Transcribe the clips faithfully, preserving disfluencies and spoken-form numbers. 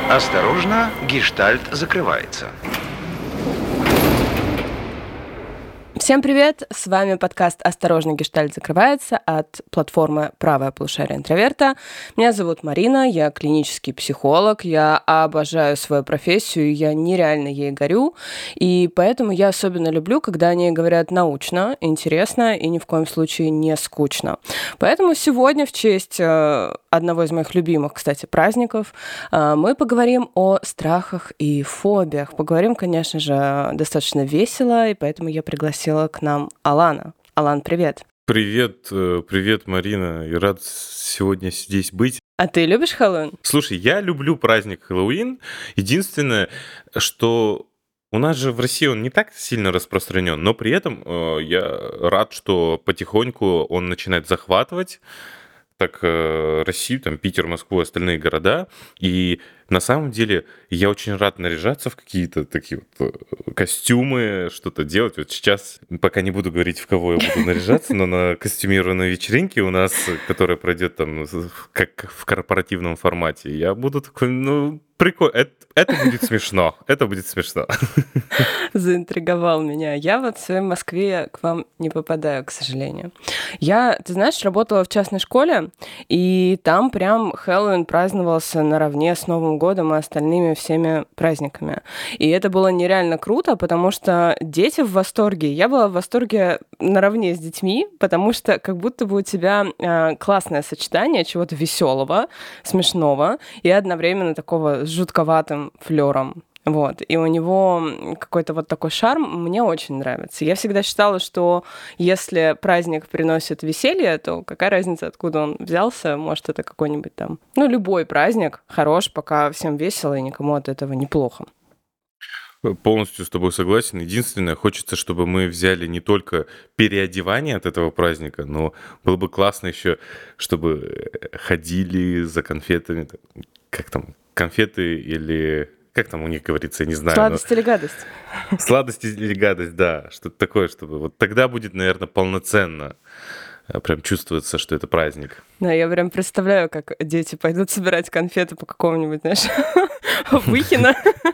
Осторожно, гештальт закрывается. Всем привет! С вами подкаст «Осторожно, гештальт закрывается» от платформы «Правое полушарие интроверта». Меня зовут Марина, я клинический психолог, я обожаю свою профессию, я нереально ей горю, и поэтому я особенно люблю, когда они говорят научно, интересно и ни в коем случае не скучно. Поэтому сегодня в честь одного из моих любимых, кстати, праздников мы поговорим о страхах и фобиях. Поговорим, конечно же, достаточно весело, и поэтому я пригласила к нам Алана. Алан, привет. Привет, привет, Марина. Я рад сегодня здесь быть. А ты любишь Хэллоуин? Слушай, я люблю праздник Хэллоуин. Единственное, что у нас же в России он не так сильно распространен, но при этом э, я рад, что потихоньку он начинает захватывать так э, Россию, там, Питер, Москву, остальные города. И на самом деле я очень рад наряжаться в какие-то такие вот костюмы, что-то делать. Вот сейчас, пока не буду говорить, в кого я буду наряжаться, но на костюмированной вечеринке у нас, которая пройдет там как в корпоративном формате, я буду такой, ну, прикольно. Это, это будет смешно. Это будет смешно. Заинтриговал меня. Я вот в своей Москве к вам не попадаю, к сожалению. Я, ты знаешь, работала в частной школе, и там прям Хэллоуин праздновался наравне с Новым годом и остальными всеми праздниками. И это было нереально круто, потому что дети в восторге. Я была в восторге наравне с детьми, потому что как будто бы у тебя э, классное сочетание чего-то веселого, смешного и одновременно такого с жутковатым флером. Вот. И у него какой-то вот такой шарм мне очень нравится. Я всегда считала, что если праздник приносит веселье, то какая разница, откуда он взялся? Может, это какой-нибудь там... Ну, любой праздник хорош, пока всем весело и никому от этого неплохо. Полностью с тобой согласен. Единственное, хочется, чтобы мы взяли не только переодевание от этого праздника, но было бы классно еще, чтобы ходили за конфетами. Как там? Конфеты или... Как там у них говорится, я не знаю. Сладость но... или гадость? Сладость или гадость, да. Что-то такое, чтобы... Вот тогда будет, наверное, полноценно. Прям чувствуется, что это праздник. Да, я прям представляю, как дети пойдут собирать конфеты по какому-нибудь, знаешь, Выхино.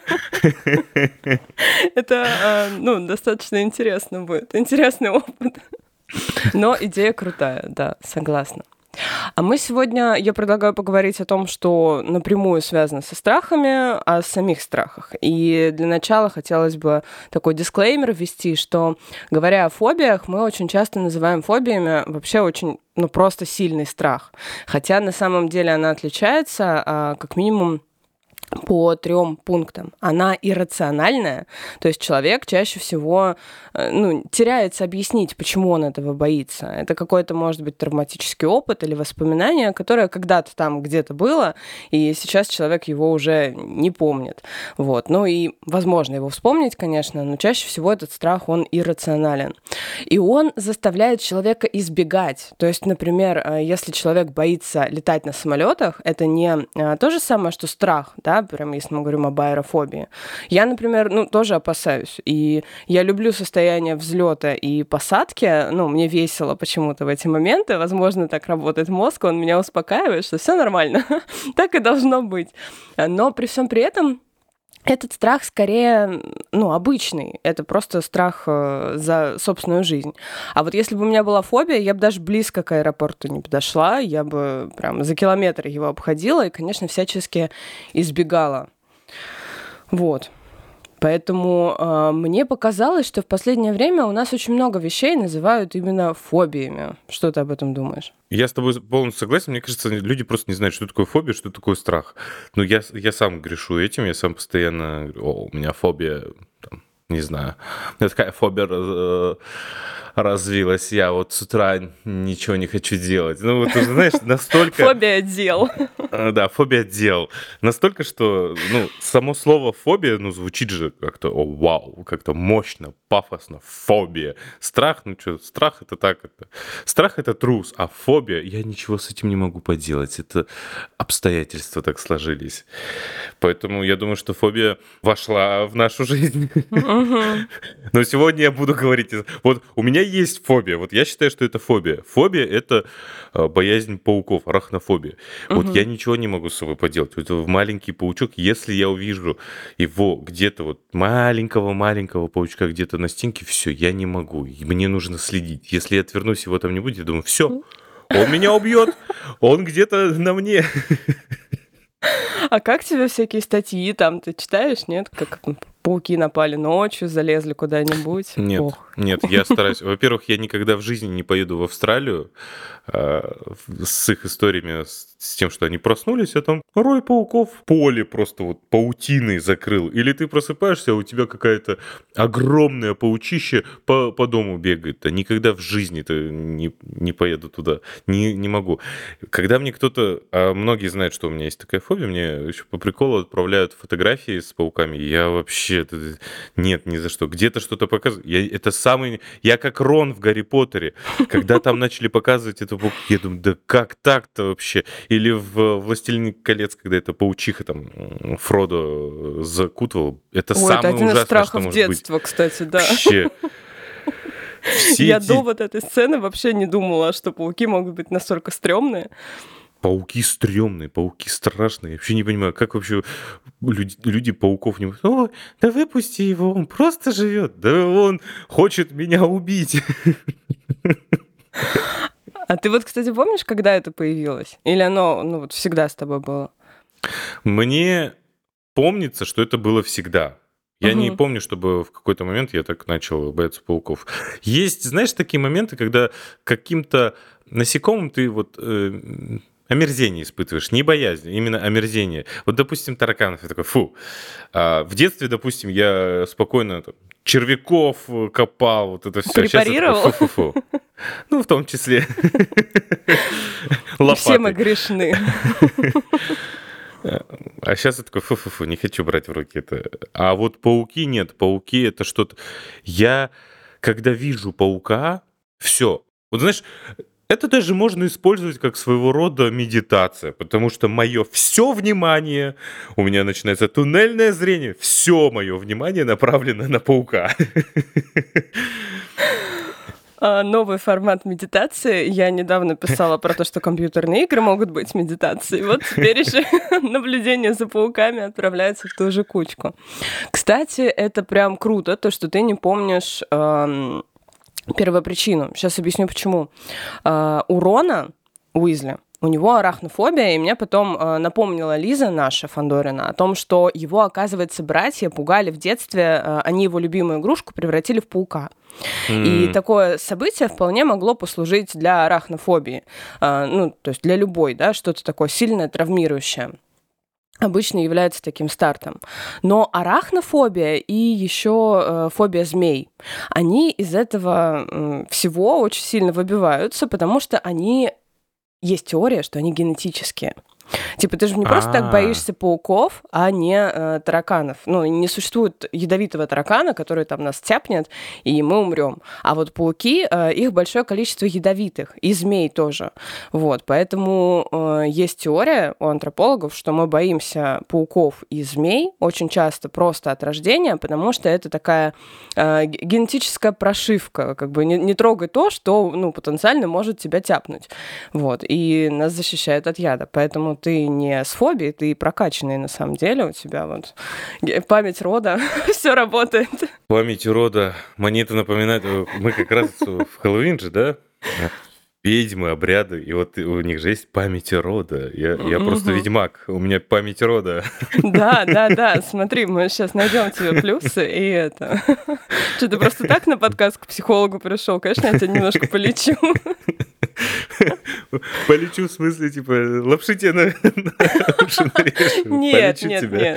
Это, ну, достаточно интересно будет. Интересный опыт. Но идея крутая, да, согласна. А мы сегодня, я предлагаю поговорить о том, что напрямую связано со страхами, о самих страхах. И для начала хотелось бы такой дисклеймер ввести, что, говоря о фобиях, мы очень часто называем фобиями вообще очень, ну, просто сильный страх. Хотя на самом деле она отличается, как минимум, по трем пунктам. Она иррациональная, то есть человек чаще всего ну, теряется объяснить, почему он этого боится. Это какой-то, может быть, травматический опыт или воспоминание, которое когда-то там где-то было, и сейчас человек его уже не помнит. Вот. Ну и возможно его вспомнить, конечно, но чаще всего этот страх, он иррационален. И он заставляет человека избегать. То есть, например, если человек боится летать на самолетах, это не то же самое, что страх, да, прям если мы говорим об аэрофобии. Я, например, ну, тоже опасаюсь. И я люблю состояние взлета и посадки. Ну, мне весело почему-то в эти моменты. Возможно, так работает мозг, он меня успокаивает, что все нормально. Так и должно быть. Но при всем при этом этот страх скорее, ну, обычный. Это просто страх за собственную жизнь. А вот если бы у меня была фобия, я бы даже близко к аэропорту не подошла, я бы прям за километр его обходила и, конечно, всячески избегала. Вот. Поэтому э, мне показалось, что в последнее время у нас очень много вещей называют именно фобиями. Что ты об этом думаешь? Я с тобой полностью согласен. Мне кажется, люди просто не знают, что такое фобия, что такое страх. Ну, я, я сам грешу этим, я сам постоянно говорю, о, у меня фобия, там, не знаю. У меня такая фобия раз, развилась, я вот с утра ничего не хочу делать. Ну, вот, ты знаешь, настолько... Фобия дел. Да, фобия дел. Настолько, что, ну, само слово фобия, ну, звучит же как-то, о, вау, как-то мощно, пафосно, фобия. Страх, ну, что, страх это так, это... Страх это трус, а фобия, я ничего с этим не могу поделать. Это обстоятельства так сложились. Поэтому я думаю, что фобия вошла в нашу жизнь. Но сегодня я буду говорить, вот у меня меня есть фобия. Вот я считаю, что это фобия. Фобия — это э, боязнь пауков, арахнофобия. Вот Мгм. я ничего не могу с собой поделать. Вот в маленький паучок, если я увижу его где-то, вот маленького-маленького паучка где-то на стенке, все, я не могу. И мне нужно следить. Если я отвернусь, его там не будет, я думаю, все, он меня убьет, он где-то на мне. А как тебе всякие статьи там ты читаешь, нет? Как м, пауки напали ночью, залезли куда-нибудь? Нет, Ох. нет, я стараюсь. Во-первых, я никогда в жизни не поеду в Австралию а, в- с их историями, с с тем, что они проснулись, а там рой пауков в поле просто вот паутиной закрыл. Или ты просыпаешься, а у тебя какая-то огромное паучище по, по дому бегает. Да никогда в жизни-то не, не поеду туда. Не, не могу. Когда мне кто-то... А многие знают, что у меня есть такая фобия, мне еще по приколу отправляют фотографии с пауками. Я вообще... это- Нет, ни за что. Где-то что-то показывают. Я, это самый... Я как Рон в Гарри Поттере. Когда там начали показывать эту паук, я думаю, да как так-то вообще? Или в «Властелине колец», когда эта паучиха там м, Фродо закутывал. Это Ой, это самое один из ужасное, что страхов может быть. детства, кстати, да. Вообще. Все Я до эти вот этой сцены вообще не думала, что пауки могут быть настолько стрёмные. пауки стрёмные, пауки страшные. Я вообще не понимаю, как вообще люди, люди пауков не... Ой, да выпусти его, он просто живет. Да он хочет меня убить. А ты вот, кстати, помнишь, когда это появилось? Или оно, ну, вот всегда с тобой было? Мне помнится, что это было всегда. Я не Мгм. помню, чтобы в какой-то момент я так начал бояться пауков. Есть, знаешь, такие моменты, когда каким-то насекомым ты вот э, омерзение испытываешь, не боязнь, именно омерзение. Вот, допустим, тараканов, я такой, фу. А в детстве, допустим, я спокойно там, червяков э, копал, вот это все. Сейчас я такой, Препарировал? фу-фу-фу. Ну, в том числе Все мы лопатой. грешны. А сейчас я такой, фу-фу-фу, не хочу брать в руки это. А вот пауки нет, пауки это что-то... Я, когда вижу паука, все. Вот знаешь, это даже можно использовать как своего рода медитация, потому что мое все внимание, у меня начинается туннельное зрение, все мое внимание направлено на паука. А, Новый формат медитации. Я недавно писала про то, что компьютерные игры могут быть медитацией. Вот теперь еще наблюдение за пауками отправляется в ту же кучку. Кстати, это прям круто, то, что ты не помнишь эм, первопричину. Сейчас объясню, почему. А, у Рона Уизли у него арахнофобия, и мне потом э, напомнила Лиза, наша Фандорина, о том, что его, оказывается, братья пугали в детстве, э, они его любимую игрушку превратили в паука. И М, такое событие вполне могло послужить для арахнофобии. А, ну, то есть для любой, да, что-то такое сильное, травмирующее обычно является таким стартом. Но арахнофобия и еще э, фобия змей, они из этого м, всего очень сильно выбиваются, потому что они... Есть теория, что они генетические. Типа, ты же не просто так А, боишься пауков, а не э, тараканов. Ну, не существует ядовитого таракана, который там нас тяпнет, и мы умрем. А вот пауки, э, их большое количество ядовитых, и змей тоже. Вот, поэтому э, есть теория у антропологов, что мы боимся пауков и змей очень часто просто от рождения, потому что это такая э, г- генетическая прошивка. Как бы не, не трогай то, что, ну, потенциально может тебя тяпнуть. Вот, и нас защищает от яда. Поэтому ты не с фобией, ты прокачанный на самом деле, у тебя вот ге- память рода, все работает. память рода. Мне это напоминает, э, мы как раз в Хэллоуин же, да? Э, Ведьмы, обряды, и вот у них же есть память рода. Я, я просто Мгм. ведьмак, у меня память рода. Да, да, да, смотри, мы сейчас найдем тебе плюсы, и это... Что, ты просто так на подкаст к психологу пришел? Конечно, я тебя немножко полечу. Полечу, в смысле, типа, лапши тебе на, на уши нарежу, Нет, полечу нет, тебя. нет.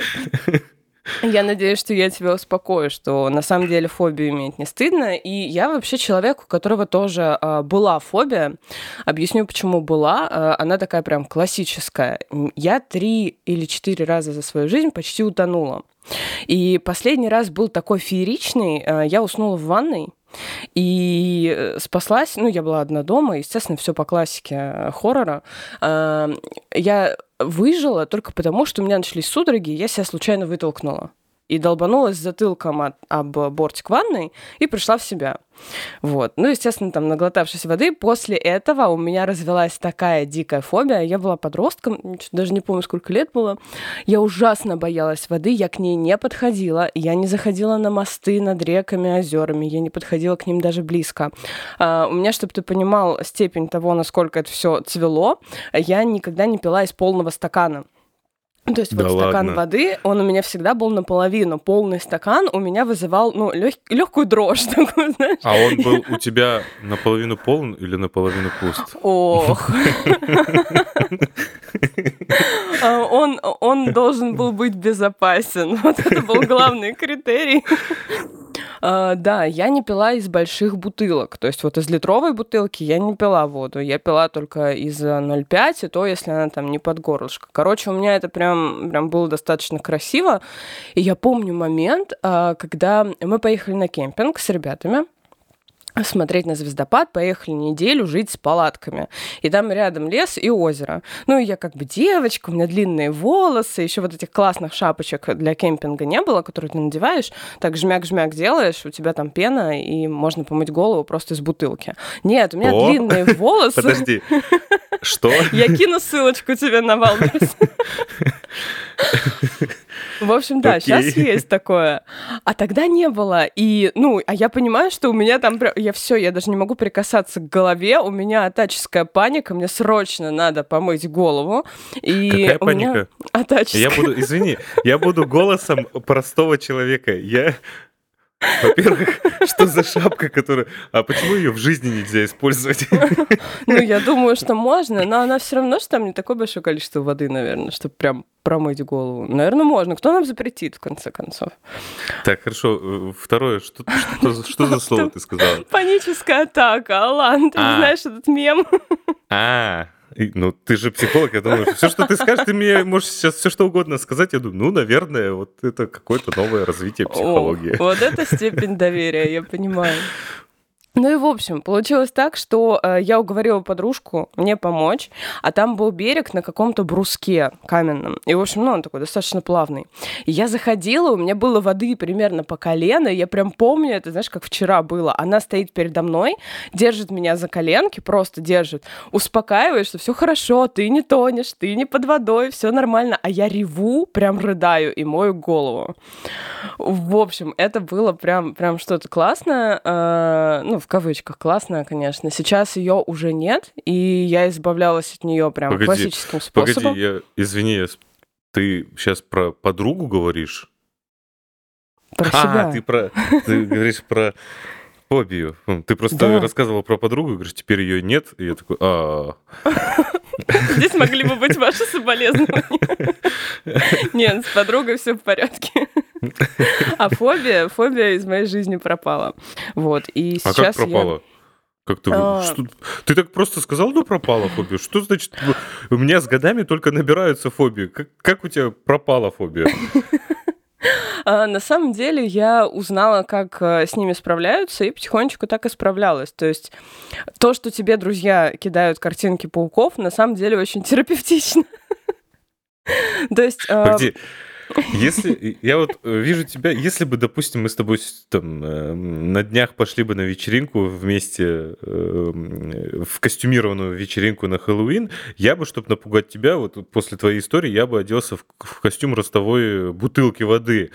Я надеюсь, что я тебя успокою, что на самом деле фобию иметь не стыдно. И я вообще человек, у которого тоже а, была фобия. Объясню, почему была. А, она такая прям классическая. М, Я три или четыре раза за свою жизнь почти утонула. И последний раз был такой фееричный. а, Я уснула в ванной. И э, спаслась, ну, я была одна дома, естественно, все по классике э, хоррора. А, Я выжила только потому, что у меня начались судороги, и я себя случайно вытолкнула. и долбанулась затылком от, об бортик ванной и пришла в себя. Вот. Ну, естественно, там, наглотавшись воды, после этого у меня развилась такая дикая фобия. Я была подростком, даже не помню, сколько лет было. Я ужасно боялась воды, я к ней не подходила. Я не заходила на мосты над реками, озерами, я не подходила к ним даже близко. А, у меня, чтобы ты понимал степень того, насколько это все цвело, я никогда не пила из полного стакана. То есть да вот ладно. Стакан воды, он у меня всегда был наполовину. Полный стакан у меня вызывал, ну, лег... легкую дрожь такую, знаешь. А он был у тебя наполовину полон или наполовину пуст? Ох. Он, он должен был быть безопасен. Вот это был главный критерий. Uh, да, я не пила из больших бутылок. То есть вот из литровой бутылки я не пила воду. Я пила только из ноль пять, и то, если она там не под горлышко. Короче, у меня это прям, прям было достаточно красиво. И я помню момент, uh, когда мы поехали на кемпинг с ребятами, смотреть на звездопад, поехали неделю жить с палатками. И там рядом лес и озеро. Ну, и я как бы девочка, у меня длинные волосы, еще вот этих классных шапочек для кемпинга не было, которые ты надеваешь, так жмяк-жмяк делаешь, у тебя там пена, и можно помыть голову просто из бутылки. Нет, у меня О! длинные волосы. Подожди, что? Я кину ссылочку тебе на Валберс. В общем, да, okay. сейчас есть такое. А тогда не было. И, ну, а я понимаю, что у меня там прям... Я все, я даже не могу прикасаться к голове. У меня атаческая паника. Мне срочно надо помыть голову. И Какая у паника? Меня атаческая. Я буду, извини, я буду голосом простого человека. Я... Во-первых, что за шапка, которая... А почему ее в жизни нельзя использовать? Ну, я думаю, что можно, но она все равно, что там не такое большое количество воды, наверное, чтобы прям промыть голову. Наверное, можно. Кто нам запретит, в конце концов? Так, хорошо. Второе. Что, что, что за слово ты сказала? Паническая атака. Алан, ты а. знаешь этот мем? А, ну, ты же психолог, я думаю, все, что ты скажешь, ты мне можешь сейчас все что угодно сказать. Я думаю, ну, наверное, вот это какое-то новое развитие психологии. О, вот это степень доверия, я понимаю. Ну и, в общем, получилось так, что э, я уговорила подружку мне помочь, а там был берег на каком-то бруске каменном. И, в общем, ну, он такой достаточно плавный. И я заходила, у меня было воды примерно по колено, и я прям помню, это, знаешь, как вчера было. Она стоит передо мной, держит меня за коленки, просто держит, успокаивает, что все хорошо, ты не тонешь, ты не под водой, все нормально. А я реву, прям рыдаю и мою голову. В общем, это было прям, прям что-то классное, э, ну, в кавычках классная, конечно. Сейчас ее уже нет, и я избавлялась от нее прям погоди, классическим способом. Погоди, я, извини, ты сейчас про подругу говоришь? Про а, себя. А, ты, про, ты говоришь про фобию. Ты просто да. рассказывала про подругу, говоришь, теперь ее нет, и я такой, а Здесь могли бы быть ваши соболезнования. Нет, с подругой все в порядке. А фобия, фобия из моей жизни пропала. Вот, и сейчас а как пропала? Я... Как ты, а... что, ты так просто сказал, ну, пропала фобия? Что значит, у меня с годами только набираются фобии? Как, как у тебя пропала фобия? А, на самом деле я узнала, как с ними справляются, и потихонечку так и справлялась. То есть то, что тебе друзья кидают картинки пауков, на самом деле очень терапевтично. То есть... Погоди. Если я вот вижу тебя, если бы, допустим, мы с тобой там на днях пошли бы на вечеринку вместе, в костюмированную вечеринку на Хэллоуин, я бы, чтобы напугать тебя, вот после твоей истории, я бы оделся в, в костюм ростовой бутылки воды.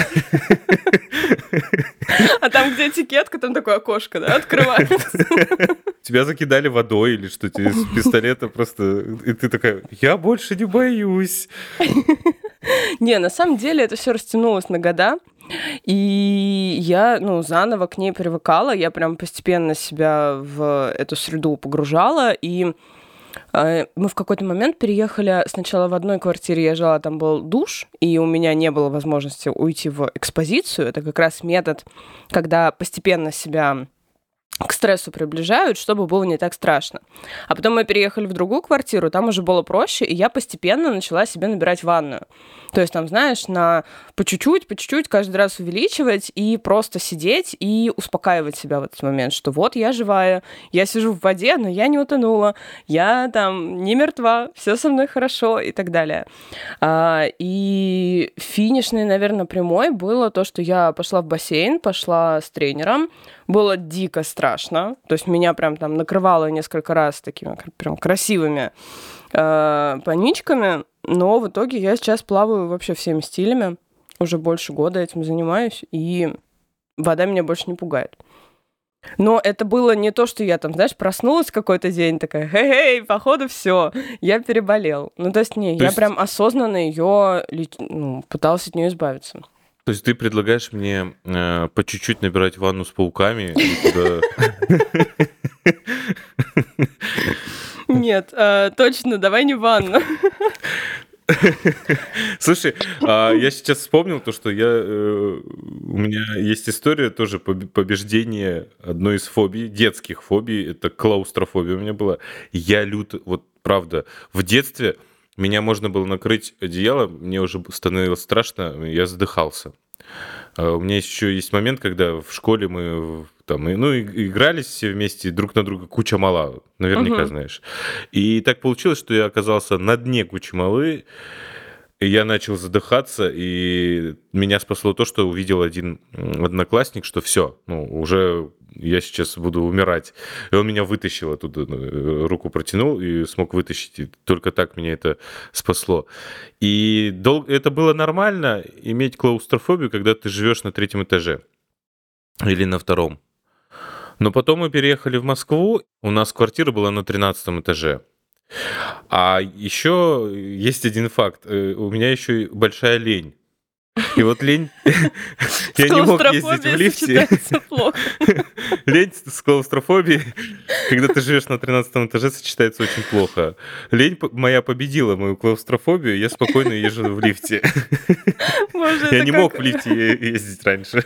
А там, где этикетка, там такое окошко, да, открывается. Тебя закидали водой или что-то из пистолета просто, и ты такая, я больше не боюсь. Не, на самом деле это все растянулось на года, и я, ну, заново к ней привыкала, я прям постепенно себя в эту среду погружала, и э, мы в какой-то момент переехали сначала в одной квартире, я жила, там был душ, и у меня не было возможности уйти в экспозицию, это как раз метод, когда постепенно себя к стрессу приближают, чтобы было не так страшно. А потом мы переехали в другую квартиру, там уже было проще, и я постепенно начала себе набирать ванную. То есть там, знаешь, на по чуть-чуть, по чуть-чуть каждый раз увеличивать и просто сидеть и успокаивать себя в этот момент, что вот я живая, я сижу в воде, но я не утонула, я там не мертва, все со мной хорошо и так далее. А, и финишной, наверное, прямой было то, что я пошла в бассейн, пошла с тренером, было дико страшно, то есть меня прям там накрывало несколько раз такими прям красивыми э, паничками, но в итоге я сейчас плаваю вообще всеми стилями, уже больше года этим занимаюсь, и вода меня больше не пугает. Но это было не то, что я там, знаешь, проснулась какой-то день, такая, хей-хей, походу все, я переболел. Ну, то есть, не, то я есть... прям осознанно ее, ну, пыталась от нее избавиться. То есть ты предлагаешь мне э, по чуть-чуть набирать ванну с пауками? Нет, точно, давай не ванну. Слушай, я сейчас вспомнил то, что я у меня есть история тоже побеждения одной из фобий, детских фобий, это клаустрофобия у меня была. Я люто, вот правда, в детстве меня можно было накрыть одеялом, мне уже становилось страшно, я задыхался. У меня еще есть момент, когда в школе мы там, ну, игрались все вместе друг на друга, куча мала, наверняка uh-huh. знаешь. И так получилось, что я оказался на дне кучи малы, и я начал задыхаться, и меня спасло то, что увидел один одноклассник, что все, ну, уже я сейчас буду умирать. И он меня вытащил оттуда, руку протянул и смог вытащить. И только так меня это спасло. И дол... это было нормально, иметь клаустрофобию, когда ты живешь на третьем этаже или на втором. Но потом мы переехали в Москву, у нас квартира была на тринадцатом этаже. А еще есть один факт. У меня еще большая лень. И вот лень... Я не мог ездить в лифте. Лень с клаустрофобией, когда ты живешь на тринадцатом этаже, сочетается очень плохо. Лень моя победила мою клаустрофобию, я спокойно езжу в лифте. Я не мог в лифте ездить раньше.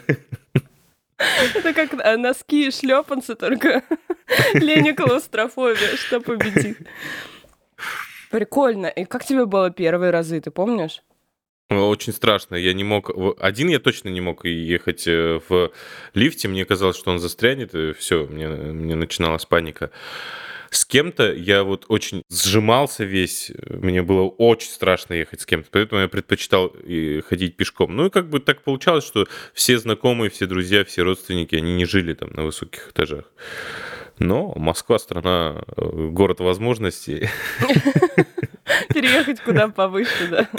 Это как носки и шлепанцы, только лень и клаустрофобия, что победит. Прикольно. И как тебе было первые разы, ты помнишь? Очень страшно. Я не мог... Один я точно не мог ехать в лифте. Мне казалось, что он застрянет, и все, мне, мне начиналась паника. С кем-то я вот очень сжимался весь. Мне было очень страшно ехать с кем-то, поэтому я предпочитал ходить пешком. Ну и как бы так получалось, что все знакомые, все друзья, все родственники, они не жили там на высоких этажах. Но Москва — страна, город возможностей. Переехать куда повыше, да.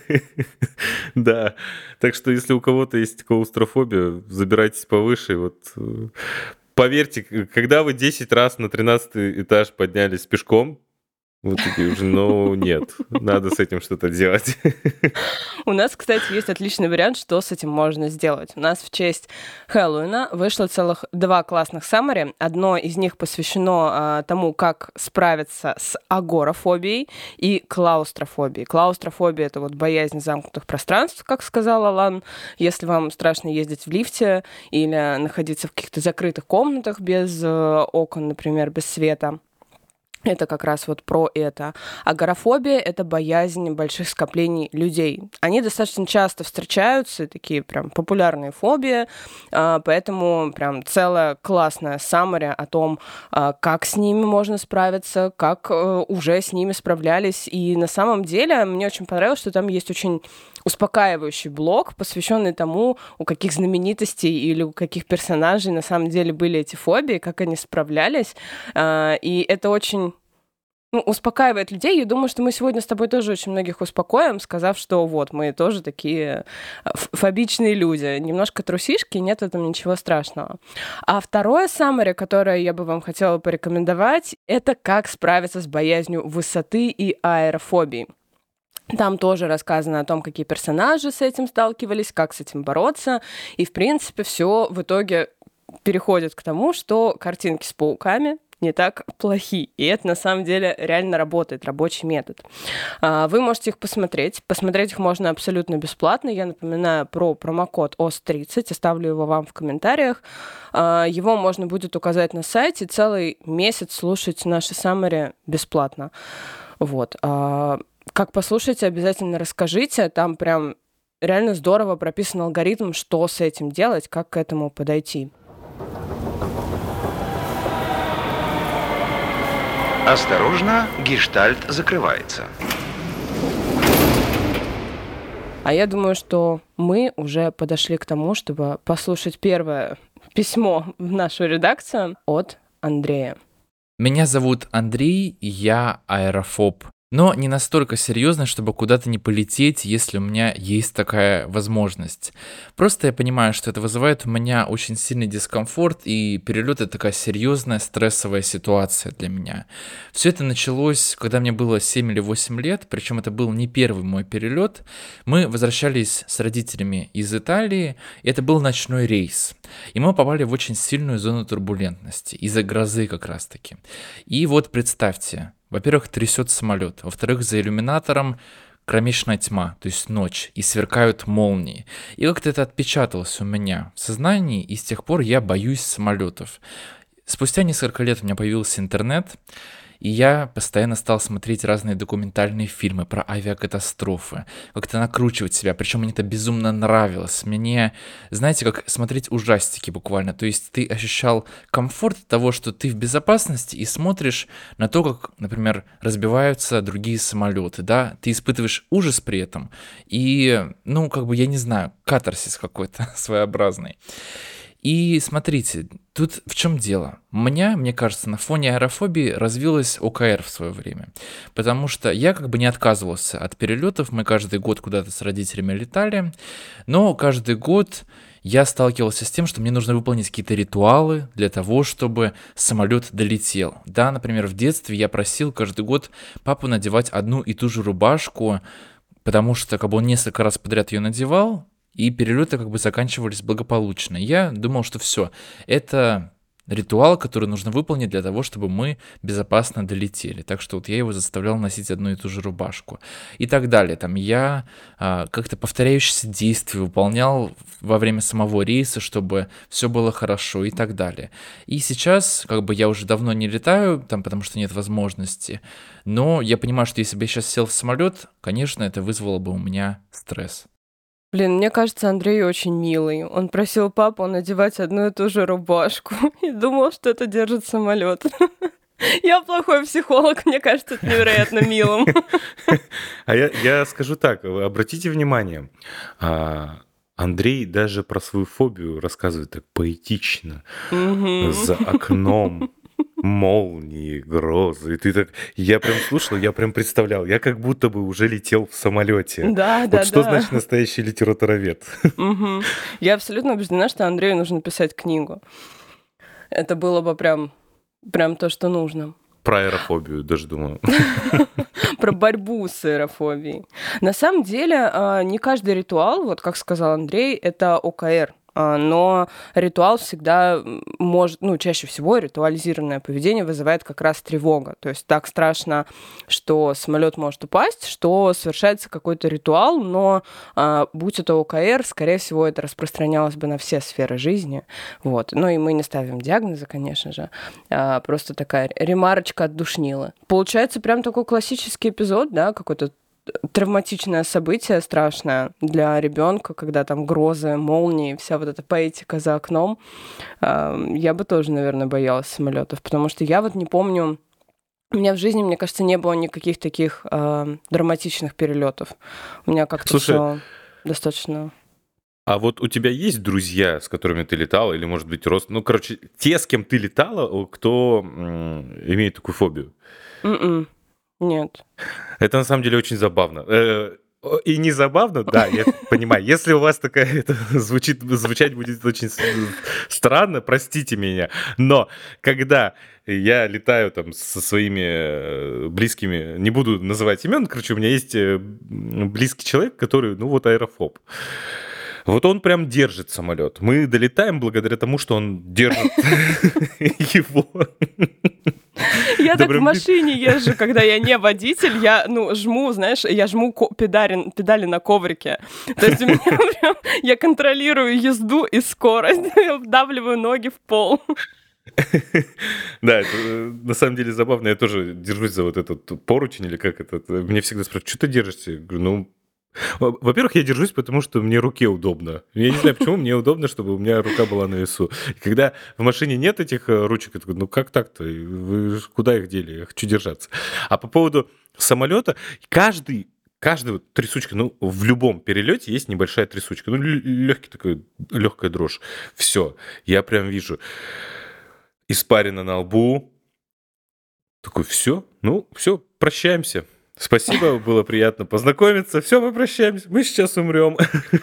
Да. Так что если у кого-то есть клаустрофобия, забирайтесь повыше. Вот поверьте, когда вы десять раз на тринадцатый этаж поднялись пешком, вы такие уже, ну, нет, надо с этим что-то делать. У нас, кстати, есть отличный вариант, что с этим можно сделать. У нас в честь Хэллоуина вышло целых два классных саммари. Одно из них посвящено а, тому, как справиться с агорафобией и клаустрофобией. Клаустрофобия — это вот боязнь замкнутых пространств, как сказал Алан. Если вам страшно ездить в лифте или находиться в каких-то закрытых комнатах без э, окон, например, без света. Это как раз вот про это. Агорафобия — это боязнь больших скоплений людей. Они достаточно часто встречаются, такие прям популярные фобии, поэтому прям целая классная саммари о том, как с ними можно справиться, как уже с ними справлялись. И на самом деле мне очень понравилось, что там есть очень успокаивающий блог, посвященный тому, у каких знаменитостей или у каких персонажей на самом деле были эти фобии, как они справлялись. И это очень ну, успокаивает людей. Я думаю, что мы сегодня с тобой тоже очень многих успокоим, сказав, что вот, мы тоже такие фобичные люди. Немножко трусишки, нет в этом ничего страшного. А второе саммари, которое я бы вам хотела порекомендовать, это как справиться с боязнью высоты и аэрофобией. Там тоже рассказано о том, какие персонажи с этим сталкивались, как с этим бороться. И, в принципе, все в итоге переходит к тому, что картинки с пауками не так плохи. И это на самом деле реально работает, рабочий метод. А, Вы можете их посмотреть. Посмотреть их можно абсолютно бесплатно. Я напоминаю про промокод о эс тридцать, оставлю его вам в комментариях. А, Его можно будет указать на сайте. Целый месяц слушать наши саммари бесплатно. Вот. А, Как послушаете, обязательно расскажите. Там прям реально здорово прописан алгоритм, что с этим делать, как к этому подойти. Осторожно, гештальт закрывается. А я думаю, что мы уже подошли к тому, чтобы послушать первое письмо в нашу редакцию от Андрея. Меня зовут Андрей, я аэрофоб. Но не настолько серьезно, чтобы куда-то не полететь, если у меня есть такая возможность. Просто я понимаю, что это вызывает у меня очень сильный дискомфорт, и перелет — это такая серьезная стрессовая ситуация для меня. Все это началось, когда мне было семь или восемь лет, причем это был не первый мой перелет. Мы возвращались с родителями из Италии, и это был ночной рейс. И мы попали в очень сильную зону турбулентности, из-за грозы как раз-таки. И вот представьте, во-первых, трясет самолет, во-вторых, за иллюминатором кромешная тьма, то есть ночь, и сверкают молнии. И как-то это отпечаталось у меня в сознании, и с тех пор я боюсь самолетов. Спустя несколько лет у меня появился интернет, и я постоянно стал смотреть разные документальные фильмы про авиакатастрофы, как-то накручивать себя, причем мне это безумно нравилось. Мне, знаете, как смотреть ужастики буквально, то есть ты ощущал комфорт того, что ты в безопасности, и смотришь на то, как, например, разбиваются другие самолеты, да, ты испытываешь ужас при этом, и, ну, как бы, я не знаю, катарсис какой-то своеобразный. И смотрите, тут в чем дело? У меня, мне кажется, на фоне аэрофобии развилась о ка эр в свое время. Потому что я как бы не отказывался от перелетов, мы каждый год куда-то с родителями летали, но каждый год я сталкивался с тем, что мне нужно выполнить какие-то ритуалы для того, чтобы самолет долетел. Да, например, в детстве я просил каждый год папу надевать одну и ту же рубашку, потому что как бы он несколько раз подряд ее надевал, и перелеты как бы заканчивались благополучно. Я думал, что все, это ритуал, который нужно выполнить для того, чтобы мы безопасно долетели. Так что вот я его заставлял носить одну и ту же рубашку. И так далее. Там я а, как-то повторяющиеся действия выполнял во время самого рейса, чтобы все было хорошо и так далее. И сейчас как бы я уже давно не летаю, там, потому что нет возможности. Но я понимаю, что если бы я сейчас сел в самолет, конечно, это вызвало бы у меня стресс. Блин, мне кажется, Андрей очень милый. Он просил папу надевать одну и ту же рубашку и думал, что это держит самолет. Я плохой психолог, мне кажется, это невероятно милым. А я, я скажу так, вы обратите внимание, а, Андрей даже про свою фобию рассказывает так поэтично, за окном молнии, грозы. И ты так... Я прям слушал, я прям представлял. Я как будто бы уже летел в самолете. Да, вот да, что да. значит настоящий литературовед? Угу. Я абсолютно убеждена, что Андрею нужно писать книгу. Это было бы прям, прям то, что нужно. Про аэрофобию даже думаю. Про борьбу с аэрофобией. На самом деле, не каждый ритуал, вот как сказал Андрей, это о ка эр. Но ритуал всегда может, ну, чаще всего ритуализированное поведение вызывает как раз тревога. То есть так страшно, что самолет может упасть, что совершается какой-то ритуал, но а, будь это о ка эр, скорее всего, это распространялось бы на все сферы жизни. Вот. Ну и мы не ставим диагноза, конечно же. А, просто такая ремарочка от душнилы. Получается прям такой классический эпизод, да, какой-то травматичное событие страшное для ребенка, когда там грозы, молнии, вся вот эта поэтика за окном. Я бы тоже, наверное, боялась самолетов, потому что я вот не помню, у меня в жизни, мне кажется, не было никаких таких э, драматичных перелетов. У меня как-то все достаточно... А вот у тебя есть друзья, с которыми ты летала, или, может быть, рост... Ну, короче, те, с кем ты летала, кто м- имеет такую фобию? Mm-mm. Нет. Это на самом деле очень забавно. И не забавно, да, я понимаю. Если у вас такая это звучит, звучать будет очень странно, простите меня. Но когда я летаю там со своими близкими, не буду называть имен, короче, у меня есть близкий человек, который, ну вот, аэрофоб. Вот он прям держит самолет. Мы долетаем благодаря тому, что он держит его. Я так в Добрым машине езжу, когда я не водитель, я, ну, жму, знаешь, я жму ко- педали, педали на коврике. То есть у меня прям, я контролирую езду и скорость, вдавливаю ноги в пол. Да, это э, на самом деле забавно. Я тоже держусь за вот этот поручень, или как это. Мне всегда спрашивают, что ты держишься? Я говорю, ну, во- во-первых, я держусь, потому что мне руке удобно. Я не знаю, почему мне удобно, чтобы у меня рука была на весу. И когда в машине нет этих э, ручек, я такой, ну как так-то? Вы ж куда их дели? Я хочу держаться. А по поводу самолета, каждый Каждая вот трясучка, ну, в любом перелете есть небольшая трясучка. Ну, легкий такой, легкая дрожь. Все, я прям вижу. Испарина на лбу. Такой, все, ну, все, прощаемся. Спасибо, было приятно познакомиться. Все, мы прощаемся. Мы сейчас умрем.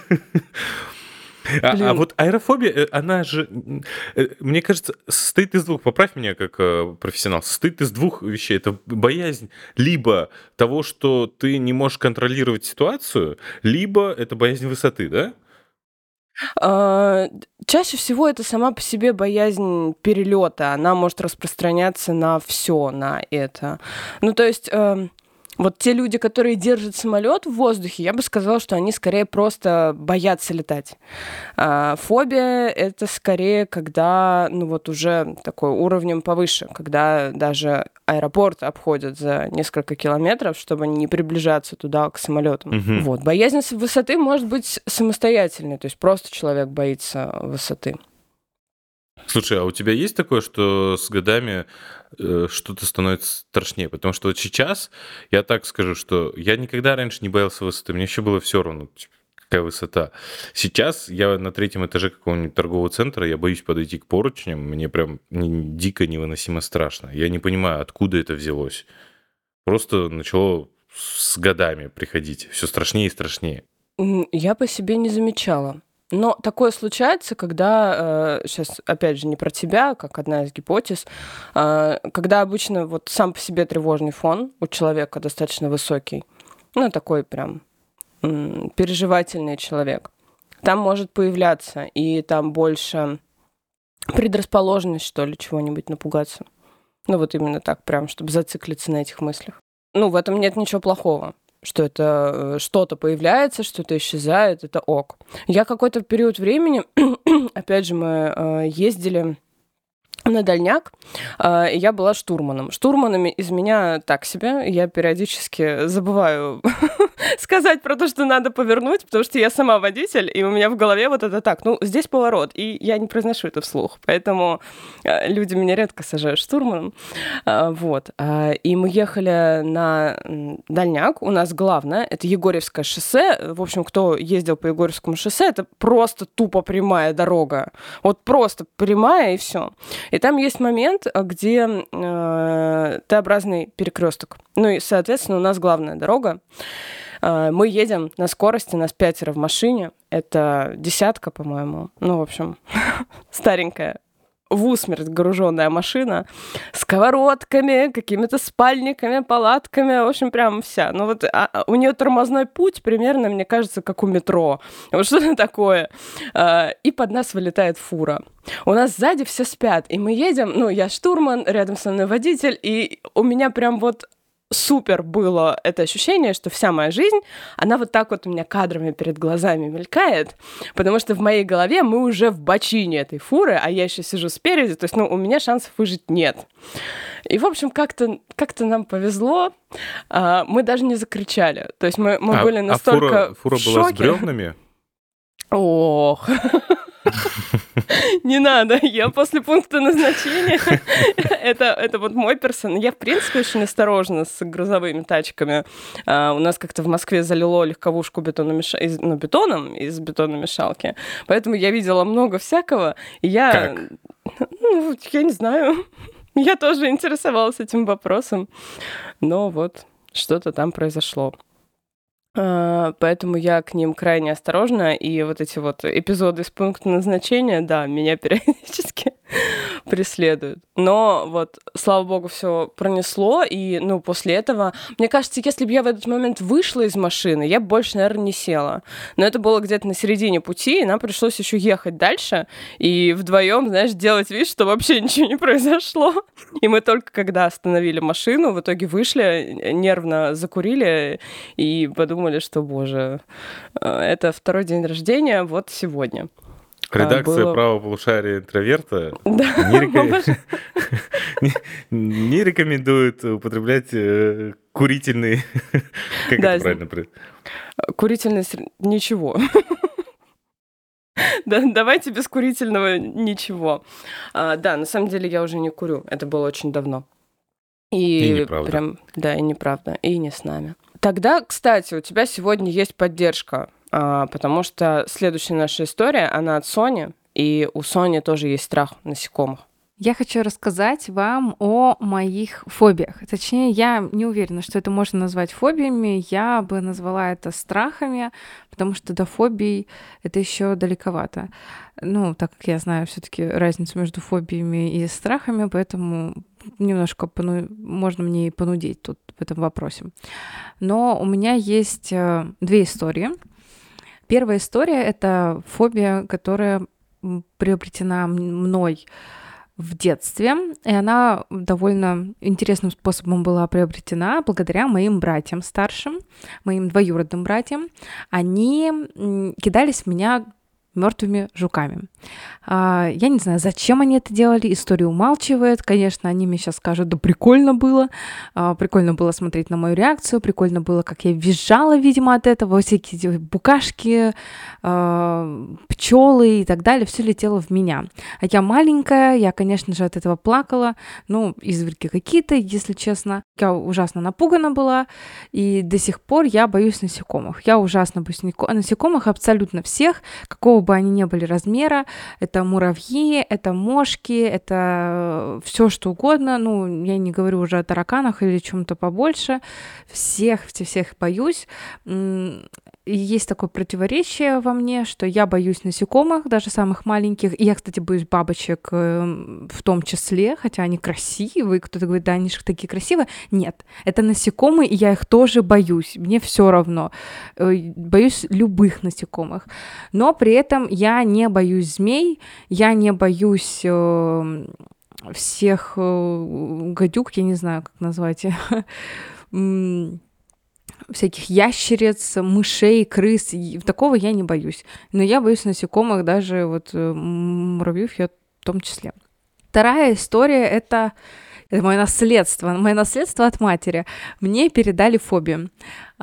А, а Блин. вот аэрофобия, э, она же, м, э, мне кажется, состоит из двух. Поправь меня как э, профессионал. Состоит из двух вещей. Это боязнь либо того, что ты не можешь контролировать ситуацию, либо это боязнь высоты, да? А, д- Чаще всего это сама по себе боязнь перелета. Она может распространяться на все, на это. Ну, то есть, эм, вот те люди, которые держат самолет в воздухе, я бы сказала, что они скорее просто боятся летать. А фобия — это скорее, когда, ну вот уже такой уровнем повыше, когда даже аэропорт обходят за несколько километров, чтобы не приближаться туда, к самолетам. Мгм. Вот. Боязнь с- высоты может быть самостоятельной, то есть просто человек боится высоты. Слушай, а у тебя есть такое, что с годами э, что-то становится страшнее? Потому что вот сейчас, я так скажу, что я никогда раньше не боялся высоты, мне еще было все равно, типа, какая высота. Сейчас я на третьем этаже какого-нибудь торгового центра, я боюсь подойти к поручням, мне прям не- дико невыносимо страшно. Я не понимаю, откуда это взялось. Просто начало с годами приходить, все страшнее и страшнее. М, Я по себе не замечала. Но такое случается, когда, сейчас опять же не про тебя, как одна из гипотез, а, когда обычно вот сам по себе тревожный фон у человека достаточно высокий, ну такой прям м, переживательный человек, там может появляться, и там больше предрасположенность, что ли, чего-нибудь напугаться. Ну вот именно так, прям, чтобы зациклиться на этих мыслях. Ну, в этом нет ничего плохого, что это э, что-то появляется, что-то исчезает, это ок. Я какой-то период времени, опять же, мы э, ездили на дальняк, э, и я была штурманом. Штурманами из меня так себе. Я периодически забываю сказать про то, что надо повернуть, потому что я сама водитель, и у меня в голове вот это так, ну, здесь поворот, и я не произношу это вслух, поэтому э, люди меня редко сажают штурманом. А, Вот. А, И мы ехали на м, дальняк. У нас главное — это Егорьевское шоссе. В общем, кто ездил по Егорьевскому шоссе, это просто тупо прямая дорога. Вот просто прямая, и все. И там есть момент, а, где э, Т-образный перекресток. Ну и, соответственно, у нас главная дорога. А, Мы едем на скорости, нас пятеро в машине. Это десятка, по-моему. Ну, в общем, старенькая, в усмерть груженная машина, сковородками, какими-то спальниками, палатками, в общем, прям вся. Ну вот а, а у нее тормозной путь примерно, мне кажется, как у метро. Вот что-то такое. А, и под нас вылетает фура. У нас сзади все спят, и мы едем, ну, я штурман, рядом со мной водитель, и у меня прям вот супер было это ощущение, что вся моя жизнь, она вот так вот у меня кадрами перед глазами мелькает, потому что в моей голове мы уже в бочине этой фуры, а я еще сижу спереди, то есть, ну, у меня шансов выжить нет. И, в общем, как-то, как-то нам повезло, а, мы даже не закричали, то есть мы, мы А, были а настолько фура, фура в была с шоке. бревнами? Ох, не надо, я после пункта назначения, это, это вот мой персонаж. Я, в принципе, очень осторожна с грузовыми тачками. А, у нас как-то в Москве залило легковушку бетономеша... из, ну, бетоном из бетономешалки, поэтому я видела много всякого, и я... Как? Ну, я не знаю, я тоже интересовалась этим вопросом, но вот что-то там произошло. А, Поэтому я к ним крайне осторожна, и вот эти вот эпизоды из пункта назначения, да, меня периодически преследует. Но вот, слава богу, все пронесло, и, ну, после этого... Мне кажется, если бы я в этот момент вышла из машины, я бы больше, наверное, не села. Но это было где-то на середине пути, и нам пришлось еще ехать дальше, и вдвоем, знаешь, делать вид, что вообще ничего не произошло. И мы только когда остановили машину, в итоге вышли, нервно закурили и подумали, что, боже, это второй день рождения вот сегодня. Редакция было... правополушария интроверта Да. не, река... не, не рекомендует употреблять э, курительные... Как да, это правильно? Курительные... Ничего. Да, давайте без курительного ничего. А, да, на самом деле я уже не курю. Это было очень давно. И, и неправда. Прям, да, и неправда. И не с нами. Тогда, кстати, у тебя сегодня есть поддержка, а, потому что следующая наша история, она от Сони, и у Сони тоже есть страх насекомых. Я хочу рассказать вам о моих фобиях. Точнее, я не уверена, что это можно назвать фобиями. Я бы назвала это страхами, потому что до фобий это еще далековато. Ну, так как я знаю все-таки разницу между фобиями и страхами, поэтому немножко пону... можно мне и понудить тут в этом вопросе. Но у меня есть две истории. Первая история — это фобия, которая приобретена мной в детстве, и она довольно интересным способом была приобретена благодаря моим братьям старшим, моим двоюродным братьям. Они кидались в меня мертвыми жуками. Я не знаю, зачем они это делали, история умалчивает. Конечно, они мне сейчас скажут, да прикольно было. Прикольно было смотреть на мою реакцию, прикольно было, как я визжала, видимо, от этого. Всякие букашки, пчелы и так далее, все летело в меня. А я маленькая, я, конечно же, от этого плакала. Ну, извергли какие-то, если честно. Я ужасно напугана была, и до сих пор я боюсь насекомых. Я ужасно боюсь насекомых, абсолютно всех, какого бы они ни были размера. Это муравьи, это мошки, это все что угодно. Ну, я не говорю уже о тараканах или чем-то побольше. Всех, всех боюсь. И есть такое противоречие во мне, что я боюсь насекомых, даже самых маленьких. И я, кстати, боюсь бабочек в том числе, хотя они красивые. Кто-то говорит, да, они же такие красивые. Нет, это насекомые, и я их тоже боюсь. Мне все равно. Боюсь любых насекомых. Но при этом я не боюсь змей, я не боюсь э, всех э, гадюк, я не знаю, как назвать, всяких ящериц, мышей, крыс. Такого я не боюсь. Но я боюсь насекомых, даже вот муравьев я в том числе. Вторая история — это... Это мое наследство, мое наследство от матери. Мне передали фобию.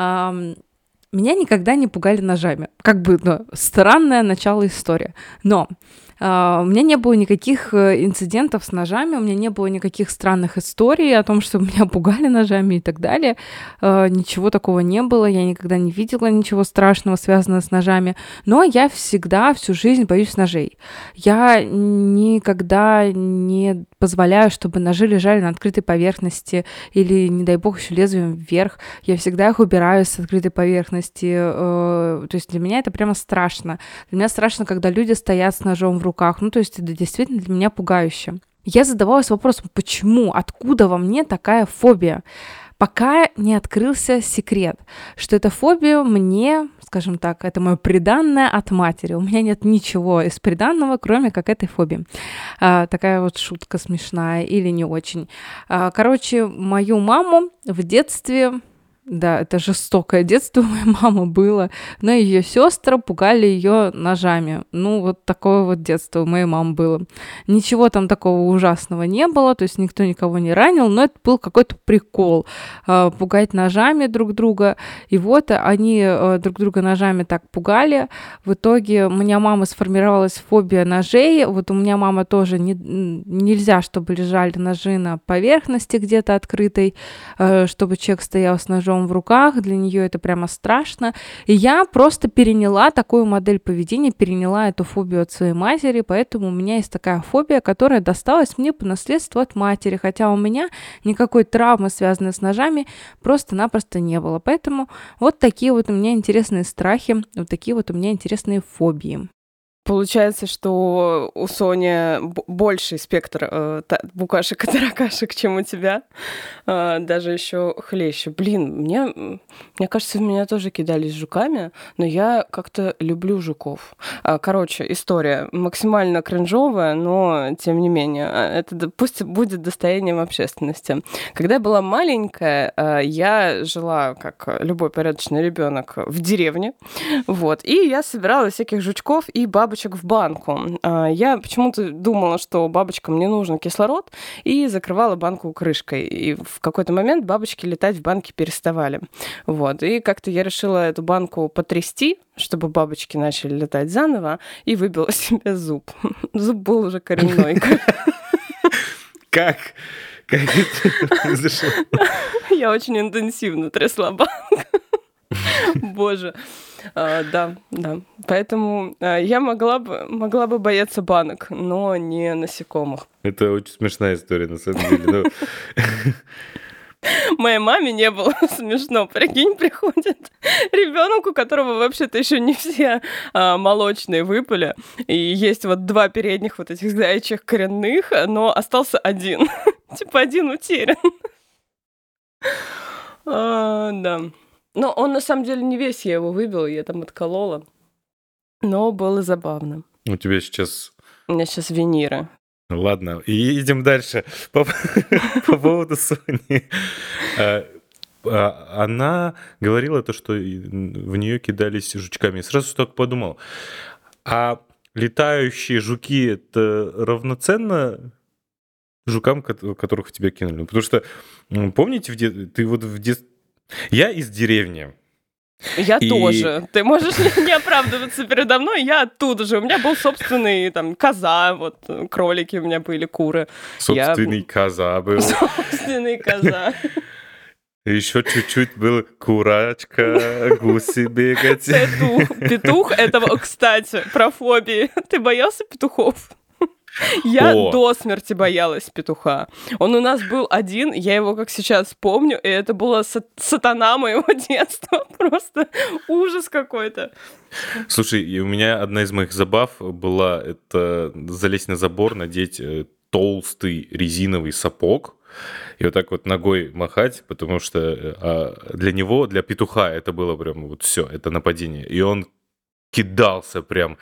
Меня никогда не пугали ножами. Как бы, ну, странное начало истории. Но Uh, у меня не было никаких инцидентов с ножами, у меня не было никаких странных историй о том, что меня пугали ножами и так далее. Uh, ничего такого не было, я никогда не видела ничего страшного, связанного с ножами. Но я всегда, всю жизнь боюсь ножей. Я никогда не позволяю, чтобы ножи лежали на открытой поверхности или, не дай бог, еще лезвием вверх. Я всегда их убираю с открытой поверхности. Uh, то есть для меня это прямо страшно. Для меня страшно, когда люди стоят с ножом в руках. Ну, то есть это действительно для меня пугающе. Я задавалась вопросом, почему, откуда во мне такая фобия? Пока не открылся секрет, что эта фобия мне, скажем так, это мое приданное от матери. У меня нет ничего из приданного, кроме как этой фобии. А, такая вот шутка смешная или не очень. А, короче, мою маму в детстве... Да, это жестокое детство у моей мамы было, но ее сестры пугали ее ножами. Ну, вот такое вот детство у моей мамы было. Ничего там такого ужасного не было, то есть никто никого не ранил, но это был какой-то прикол э, пугать ножами друг друга. И вот они э, друг друга ножами так пугали. В итоге у меня мама сформировалась фобия ножей. Вот у меня мама тоже не, нельзя, чтобы лежали ножи на поверхности где-то открытой, э, чтобы человек стоял с ножом в руках, для нее это прямо страшно. И я просто переняла такую модель поведения, переняла эту фобию от своей матери, поэтому у меня есть такая фобия, которая досталась мне по наследству от матери, хотя у меня никакой травмы, связанной с ножами, просто-напросто не было. Поэтому вот такие вот у меня интересные страхи, вот такие вот у меня интересные фобии. Получается, что у Сони б- больший спектр э, та- букашек и таракашек, чем у тебя. Э, даже еще хлеще. Блин, мне, м, мне кажется, в меня тоже кидались жуками, но я как-то люблю жуков. А, короче, история максимально кринжовая, но тем не менее, а, это д- пусть будет достоянием общественности. Когда я была маленькая, э, я жила, как любой порядочный ребенок, в деревне. Вот. И я собирала всяких жучков и бабочек в банку. А, Я почему-то думала, что бабочкам не нужен кислород, и закрывала банку крышкой. И в какой-то момент бабочки летать в банке переставали. Вот. И как-то я решила эту банку потрясти, чтобы бабочки начали летать заново, и выбила себе зуб. Зуб был уже коренной. Как? Как это произошло? Я очень интенсивно трясла банк. Боже. А, да, да. Поэтому а, я могла бы, могла бы бояться банок, но не насекомых. Это очень смешная история, на самом деле. Ну, Моей маме не было смешно. Прикинь, приходит ребенок, у которого вообще-то еще не все а, молочные выпали. И есть вот два передних вот этих заячьих коренных, но остался один. Типа один утерян. А, Да. Но он на самом деле не весь, я его выбила, я там отколола. Но было забавно. у тебя сейчас... У меня сейчас виниры. Ладно, и идем дальше. По, по поводу Сони. А, а, Она говорила то, что и в нее кидались жучками. И сразу только подумал, а летающие жуки это равноценно жукам, кот- которых в тебя кинули? Потому что, м, помните, в де- ты вот в детстве... Я из деревни. Я И- тоже. Ты можешь не, не оправдываться передо мной, я оттуда же. У меня был собственный там коза, вот э, кролики у меня были, куры. Собственный коза был. Собственный коза. Еще чуть-чуть был курачка, гуси бегать. Петух. Петух, это, кстати, про фобии. Ты боялся петухов? Я О. до смерти боялась петуха. Он у нас был один, я его как сейчас помню, и это была са- сатана моего детства. Просто ужас какой-то. Слушай, и у меня одна из моих забав была это залезть на забор, надеть э, толстый резиновый сапог и вот так вот ногой махать, потому что э, а, для него, для петуха это было прям вот все, это нападение. И он кидался прям.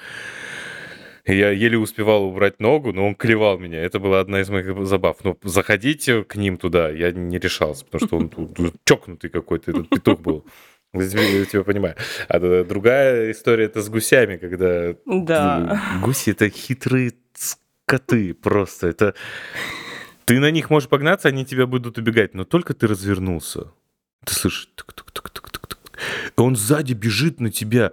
И я еле успевал убрать ногу, но он клевал меня. Это была одна из моих забав. Но заходить к ним туда я не решался, потому что он тут чокнутый какой-то, этот петух был. Я тебя я тебя понимаю. А д- другая история это с гусями, когда Да. м, гуси это хитрые скоты просто. Это ты на них можешь погнаться, они тебя будут убегать, но только ты развернулся. Ты слышишь, тук-тук-тук-тук-тук-тук. И он сзади бежит на тебя,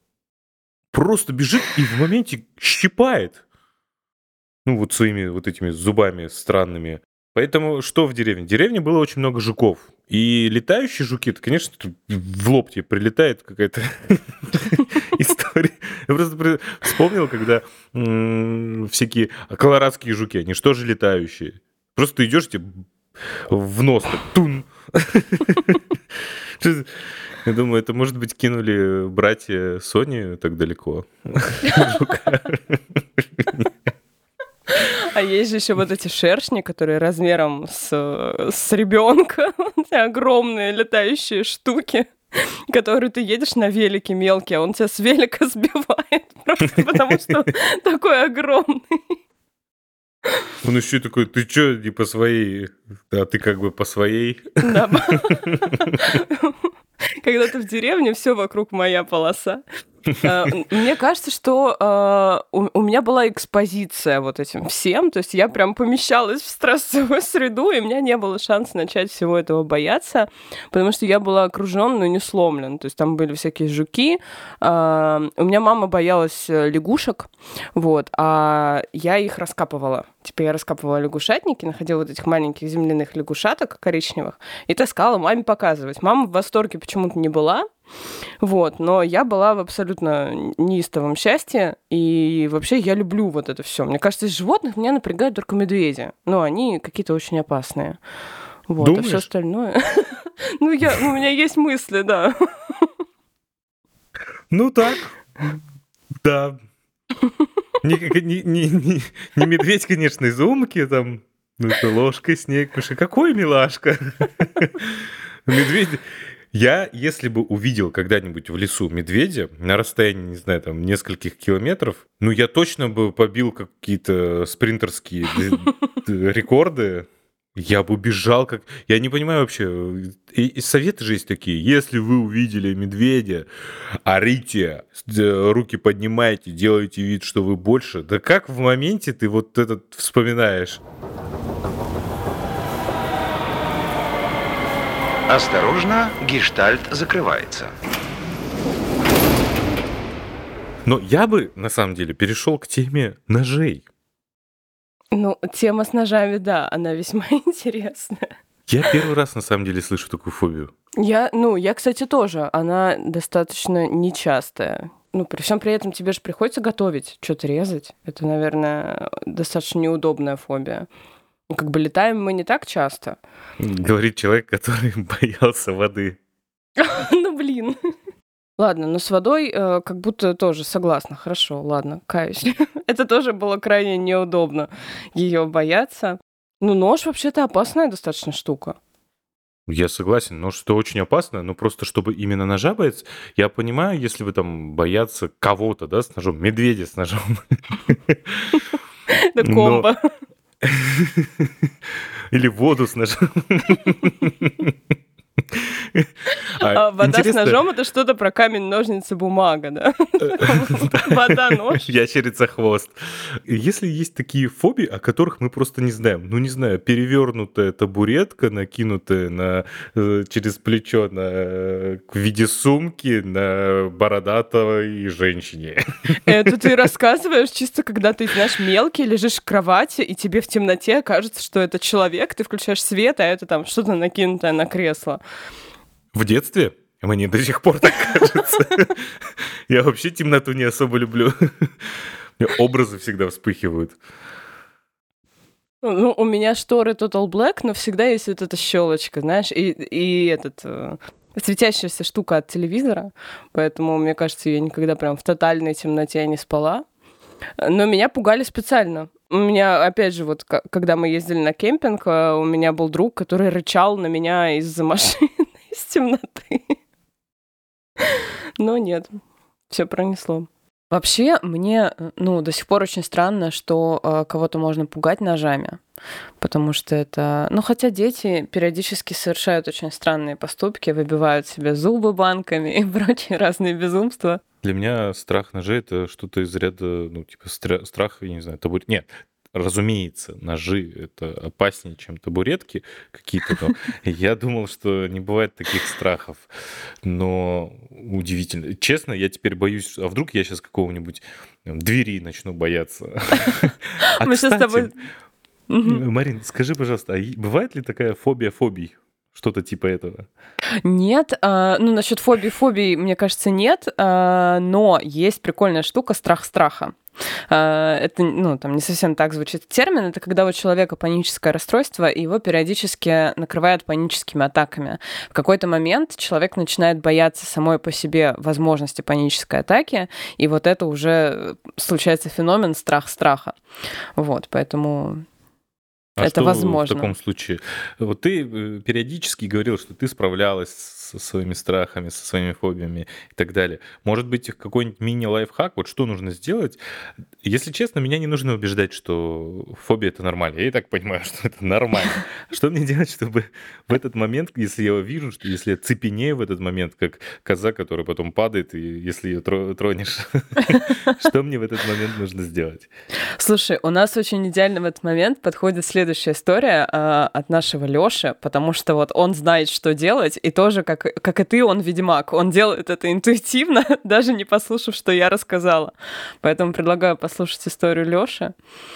просто бежит и в моменте щипает. Ну, вот своими вот этими зубами странными. Поэтому что в деревне? В деревне было очень много жуков. И летающие жуки, это, конечно, тут в лоб тебе прилетает какая-то история. Я просто при- вспомнил, когда м, всякие колорадские жуки, они что же летающие? Просто ты идешь, тебе в нос так тун. Что- Я думаю, это, может быть, кинули братья Сони так далеко. Жука. А есть же еще вот эти шершни, которые размером с, с ребенка, огромные летающие штуки, которые ты едешь на велике мелкий, а он тебя с велика сбивает, просто потому что такой огромный. Он еще такой, ты чё, не по своей, а ты как бы по своей. Да. Когда ты в деревне, все вокруг моя полоса. А, Мне кажется, что а, у у меня была экспозиция вот этим всем, то есть я прям помещалась в стрессовую среду, и у меня не было шанса начать всего этого бояться, потому что я была окружён, но не сломлен. То есть там были всякие жуки. А, У меня мама боялась э, лягушек, вот, а я их раскапывала. Типа я раскапывала лягушатники, находила вот этих маленьких земляных лягушаток коричневых и таскала маме показывать. Мама в восторге почему-то не была, вот, но я была в абсолютно неистовом счастье, и вообще я люблю вот это все. Мне кажется, из животных меня напрягают только медведи, но они какие-то очень опасные. Вот, а Думаешь? все остальное... Ну, я, у меня есть мысли, да. Ну так, да. Не, не, не, не, не медведь, конечно, из умки, там, ну, это ложкой снег, потому что какой милашка. Медведь... Я, если бы увидел когда-нибудь в лесу медведя на расстоянии, не знаю, там, нескольких километров, ну, я точно бы побил какие-то спринтерские рекорды. Я бы бежал как... Я не понимаю вообще. И, и советы же есть такие. Если вы увидели медведя, орите, руки поднимайте, делайте вид, что вы больше. Да как в моменте ты вот этот вспоминаешь? Осторожно, гештальт закрывается. Но я бы, на самом деле, перешел к теме ножей. Ну, тема с ножами, да, она весьма интересная. Я первый раз, на самом деле, слышу такую фобию. Я, ну, я, кстати, тоже. Она достаточно нечастая. Ну, при всем при этом тебе же приходится готовить, что-то резать. Это, наверное, достаточно неудобная фобия. Как бы летаем мы не так часто. Говорит человек, который боялся воды. Ну, блин. Ладно, но с водой э, как будто тоже согласна. Хорошо, ладно, каюсь. Это тоже было крайне неудобно ее бояться. Ну, нож вообще-то опасная достаточно штука. Я согласен, нож это очень опасно, но просто чтобы именно ножа бояться, я понимаю, если вы там боятся кого-то, да, с ножом, медведя с ножом. Это комбо. Или воду с ножом. А, а вода интересно... с ножом — это что-то про камень, ножницы, бумага, да? Вода, нож. Ящерица, хвост. Если есть такие фобии, о которых мы просто не знаем, ну, не знаю, перевернутая табуретка, накинутая на, через плечо на, в виде сумки на бородатой женщине. Это ты рассказываешь чисто, когда ты, знаешь, мелкий, лежишь в кровати, и тебе в темноте кажется, что это человек, ты включаешь свет, а это там что-то накинутое на кресло. В детстве? Мне до сих пор так кажется. Я вообще темноту не особо люблю. У меня образы всегда вспыхивают. Ну, у меня шторы Total Black, но всегда есть вот эта щелочка, знаешь, и, и этот... светящаяся штука от телевизора, поэтому, мне кажется, я никогда прям в тотальной темноте не спала. Но меня пугали специально. У меня, опять же, вот когда мы ездили на кемпинг, у меня был друг, который рычал на меня из-за машины, из темноты. Но нет, все пронесло. Вообще, мне, ну, до сих пор очень странно, что э, кого-то можно пугать ножами, потому что это... Ну, хотя дети периодически совершают очень странные поступки, выбивают себе зубы банками и прочие разные безумства. Для меня страх ножей — это что-то из ряда, ну, типа, стра- страх, я не знаю, табурет... Нет, разумеется, ножи — это опаснее, чем табуретки какие-то, но я думал, что не бывает таких страхов. Но удивительно. Честно, я теперь боюсь, а вдруг я сейчас какого-нибудь двери начну бояться. А, Мы сейчас с тобой... Марин, скажи, пожалуйста, а бывает ли такая фобия фобий? Что-то типа этого? Нет. А, ну, насчет фобий фобий, мне кажется, нет. А, но есть прикольная штука — страх страха. А, это, ну, там не совсем так звучит термин. Это когда у человека паническое расстройство, и его периодически накрывают паническими атаками. В какой-то момент человек начинает бояться самой по себе возможности панической атаки, и вот это уже случается феномен страх страха. Вот, поэтому... А это что возможно. В таком случае? Вот ты периодически говорил, что ты справлялась со своими страхами, со своими фобиями и так далее. Может быть, какой-нибудь мини-лайфхак? Вот что нужно сделать? Если честно, меня не нужно убеждать, что фобия — это нормально. Я и так понимаю, что это нормально. Что мне делать, чтобы в этот момент, если я вижу, что если я цепенею в этот момент, как коза, которая потом падает, и если ее тронешь, что мне в этот момент нужно сделать? Слушай, у нас очень идеально в этот момент подходит следующий Следующая история э, от нашего Лёши, потому что вот он знает, что делать, и тоже, как, как и ты, он ведьмак. Он делает это интуитивно, даже не послушав, что я рассказала. Поэтому предлагаю послушать историю Лёши.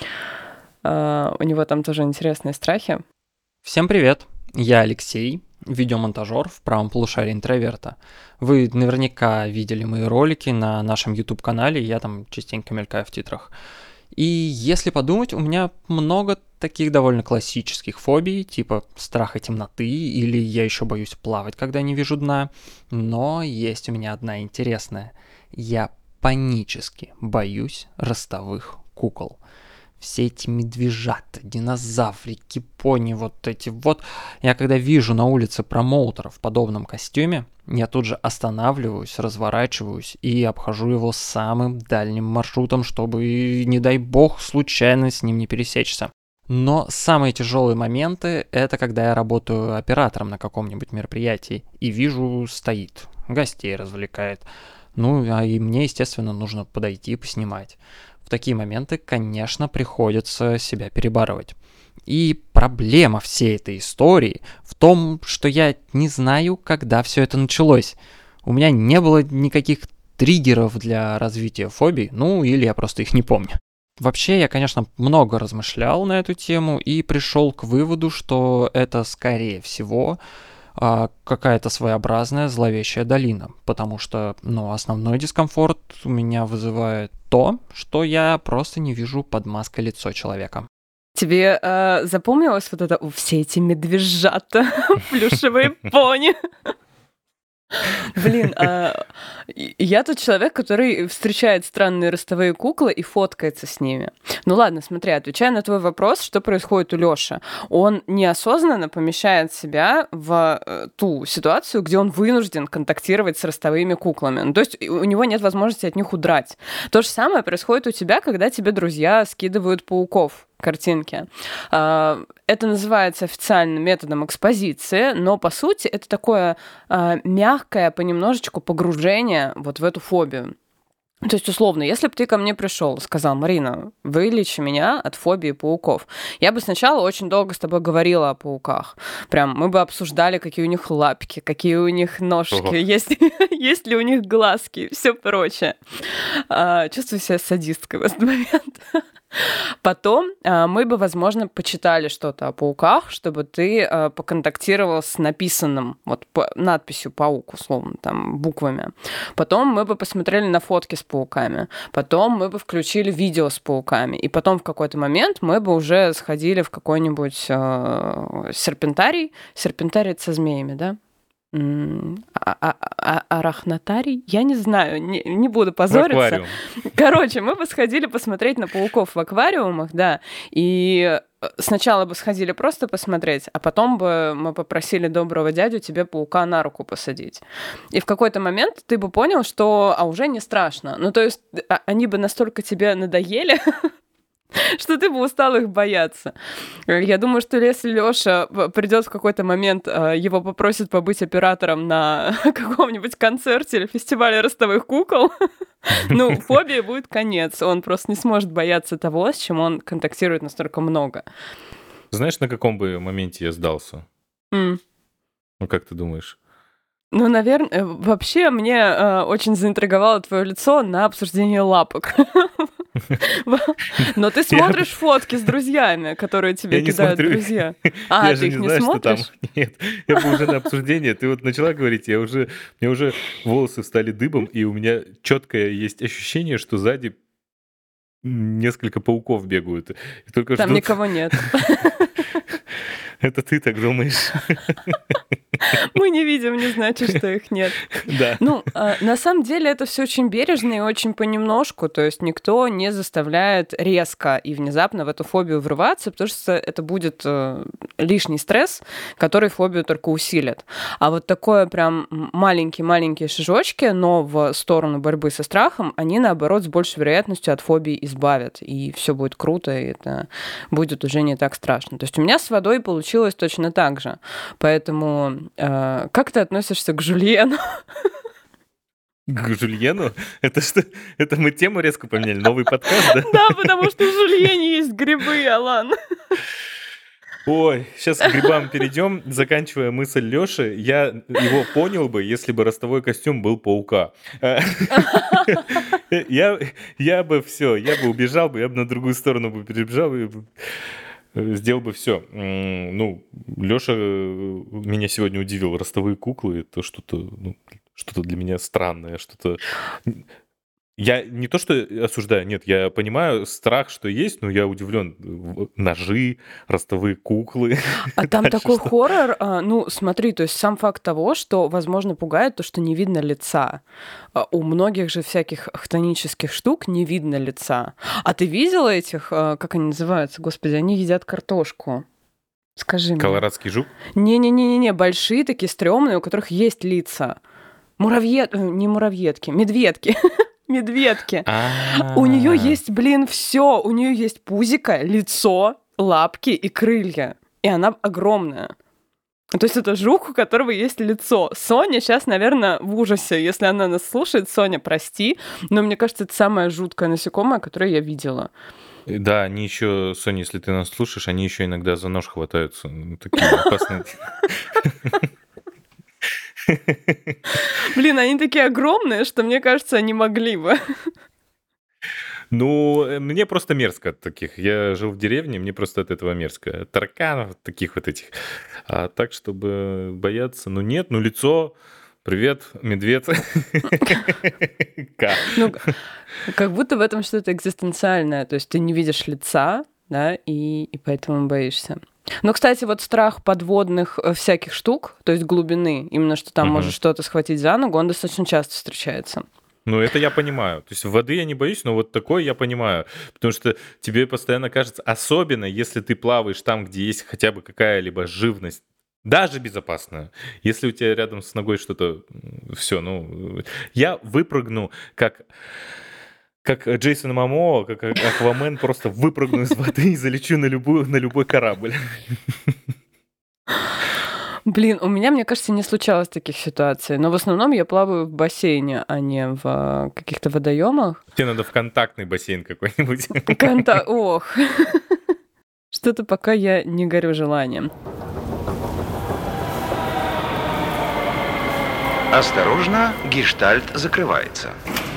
Э, у него там тоже интересные страхи. Всем привет! Я Алексей, видеомонтажер в правом полушарии интроверта. Вы наверняка видели мои ролики на нашем YouTube-канале, я там частенько мелькаю в титрах. И если подумать, у меня много таких довольно классических фобий, типа страха темноты, или я еще боюсь плавать, когда не вижу дна. Но есть у меня одна интересная. Я панически боюсь ростовых кукол. Все эти медвежата, динозаврики, пони, вот эти вот. Я когда вижу на улице промоутера в подобном костюме, я тут же останавливаюсь, разворачиваюсь и обхожу его самым дальним маршрутом, чтобы, не дай бог, случайно с ним не пересечься. Но самые тяжелые моменты — это когда я работаю оператором на каком-нибудь мероприятии и вижу, стоит, гостей развлекает. Ну, а и мне, естественно, нужно подойти и поснимать. В такие моменты, конечно, приходится себя перебарывать. И проблема всей этой истории в том, что я не знаю, когда все это началось. У меня не было никаких триггеров для развития фобий, ну или я просто их не помню. Вообще, я, конечно, много размышлял на эту тему и пришел к выводу, что это, скорее всего, какая-то своеобразная зловещая долина, потому что, ну, основной дискомфорт у меня вызывает то, что я просто не вижу под маской лицо человека. Тебе э, запомнилось вот это «все эти медвежата, плюшевые пони»? Блин, а, я тот человек, который встречает странные ростовые куклы и фоткается с ними. Ну ладно, смотри, отвечая на твой вопрос, что происходит у Лёши. Он неосознанно помещает себя в ту ситуацию, где он вынужден контактировать с ростовыми куклами. Ну, то есть у него нет возможности от них удрать. То же самое происходит у тебя, когда тебе друзья скидывают пауков. Картинки. Это называется официальным методом экспозиции, но по сути это такое мягкое понемножечку погружение вот в эту фобию. То есть, условно, если бы ты ко мне пришел и сказал: Марина, вылечи меня от фобии пауков, я бы сначала очень долго с тобой говорила о пауках. Прям мы бы обсуждали, какие у них лапки, какие у них ножки, есть, есть ли у них глазки и все прочее. Чувствую себя садисткой в этот момент. Потом э, мы бы, возможно, почитали что-то о пауках, чтобы ты э, поконтактировал с написанным, вот по, надписью «паук», условно, там, буквами. Потом мы бы посмотрели на фотки с пауками. Потом мы бы включили видео с пауками. И потом в какой-то момент мы бы уже сходили в какой-нибудь э, серпентарий. Серпентарий — это со змеями, да? А- а- а- арахнотарий? Я не знаю, не, не буду позориться. Короче, мы бы сходили посмотреть на пауков в аквариумах, да, и сначала бы сходили просто посмотреть, а потом бы мы попросили доброго дядю тебе паука на руку посадить. И в какой-то момент ты бы понял, что а уже не страшно. Ну, то есть они бы настолько тебе надоели, что ты бы устал их бояться. Я думаю, что если Лёша придет в какой-то момент, его попросят побыть оператором на каком-нибудь концерте или фестивале ростовых кукол, ну, фобии будет конец. Он просто не сможет бояться того, с чем он контактирует настолько много. Знаешь, на каком бы моменте я сдался? Mm. Ну, как ты думаешь? Ну, наверное, вообще мне э, очень заинтриговало твое лицо на обсуждение лапок. Но ты смотришь фотки с друзьями, которые тебе кидают друзья. А, ты их не смотришь? Нет, я был уже на обсуждение. Ты вот начала говорить, я уже, мне уже волосы встали дыбом, и у меня четкое есть ощущение, что сзади несколько пауков бегают. Там никого нет. Это ты так думаешь? Мы не видим, не значит, что их нет. Да. Ну, э, на самом деле это все очень бережно и очень понемножку, то есть никто не заставляет резко и внезапно в эту фобию врываться, потому что это будет э, лишний стресс, который фобию только усилит. А вот такое прям маленькие-маленькие шажочки, но в сторону борьбы со страхом, они, наоборот, с большей вероятностью от фобии избавят, и все будет круто, и это будет уже не так страшно. То есть у меня с водой получилось точно так же. Поэтому э, как ты относишься к жульену? К жульену? Это что? Это мы тему резко поменяли? Новый подкаст, да? Да, потому что в жульене есть грибы, Алан. Ой, сейчас к грибам перейдем. Заканчивая мысль Лёши, я его понял бы, если бы ростовой костюм был паука. Я, я бы все, я бы убежал бы, я бы на другую сторону бы перебежал, и сделал бы все. Ну, Лёша меня сегодня удивил. Ростовые куклы — это что-то, ну, что-то для меня странное, что-то Я не то что осуждаю, нет, я понимаю страх, что есть, но я удивлен. В- Ножи, ростовые куклы. А там Дальше такой что? хоррор, а, ну, смотри, то есть сам факт того, что, возможно, пугает то, что не видно лица. А У многих же всяких хтонических штук не видно лица. А ты видела этих, а, как они называются, господи, они едят картошку. Скажи мне. Колорадский жук. Не-не-не-не, большие такие стрёмные, у которых есть лица. Муравьед... э, не муравьедки, медведки. Медведки. У нее А, есть, блин, все. У нее есть пузико, лицо, лапки и крылья. И она огромная. То есть это жук, у которого есть лицо. Соня сейчас, наверное, в ужасе. Если она нас слушает, Соня, прости, но мне кажется, это самое жуткое насекомое, которое я видела. Да, они еще, Соня, если ты нас слушаешь, они еще иногда за нож хватаются. Ну, такие опасные. Блин, они такие огромные, что мне кажется, они могли бы. Ну, э, мне просто мерзко от таких. Я жил в деревне, мне просто от этого мерзко. Тараканов, таких вот этих. А так, чтобы бояться, ну нет, ну лицо. Привет, медведь. Ка. Ну, как будто в этом что-то экзистенциальное. То есть ты не видишь лица, да, и, и поэтому боишься. Но, кстати, вот страх подводных э, всяких штук, то есть глубины, именно что там Мгм. может что-то схватить за ногу, он достаточно часто встречается. Ну, это я понимаю. То есть воды я не боюсь, но вот такое я понимаю. Потому что тебе постоянно кажется, особенно если ты плаваешь там, где есть хотя бы какая-либо живность, даже безопасная. Если у тебя рядом с ногой что-то, все, ну, э, я выпрыгну, как, как Джейсон Момоа, как А- Аквамен, просто выпрыгну из воды и залечу на, любую, на любой корабль. Блин, у меня, мне кажется, не случалось таких ситуаций, но в основном я плаваю в бассейне, а не в а, каких-то водоемах. Тебе надо в контактный бассейн какой-нибудь. Конта... Ох. Что-то пока я не горю желанием. Осторожно, гештальт закрывается.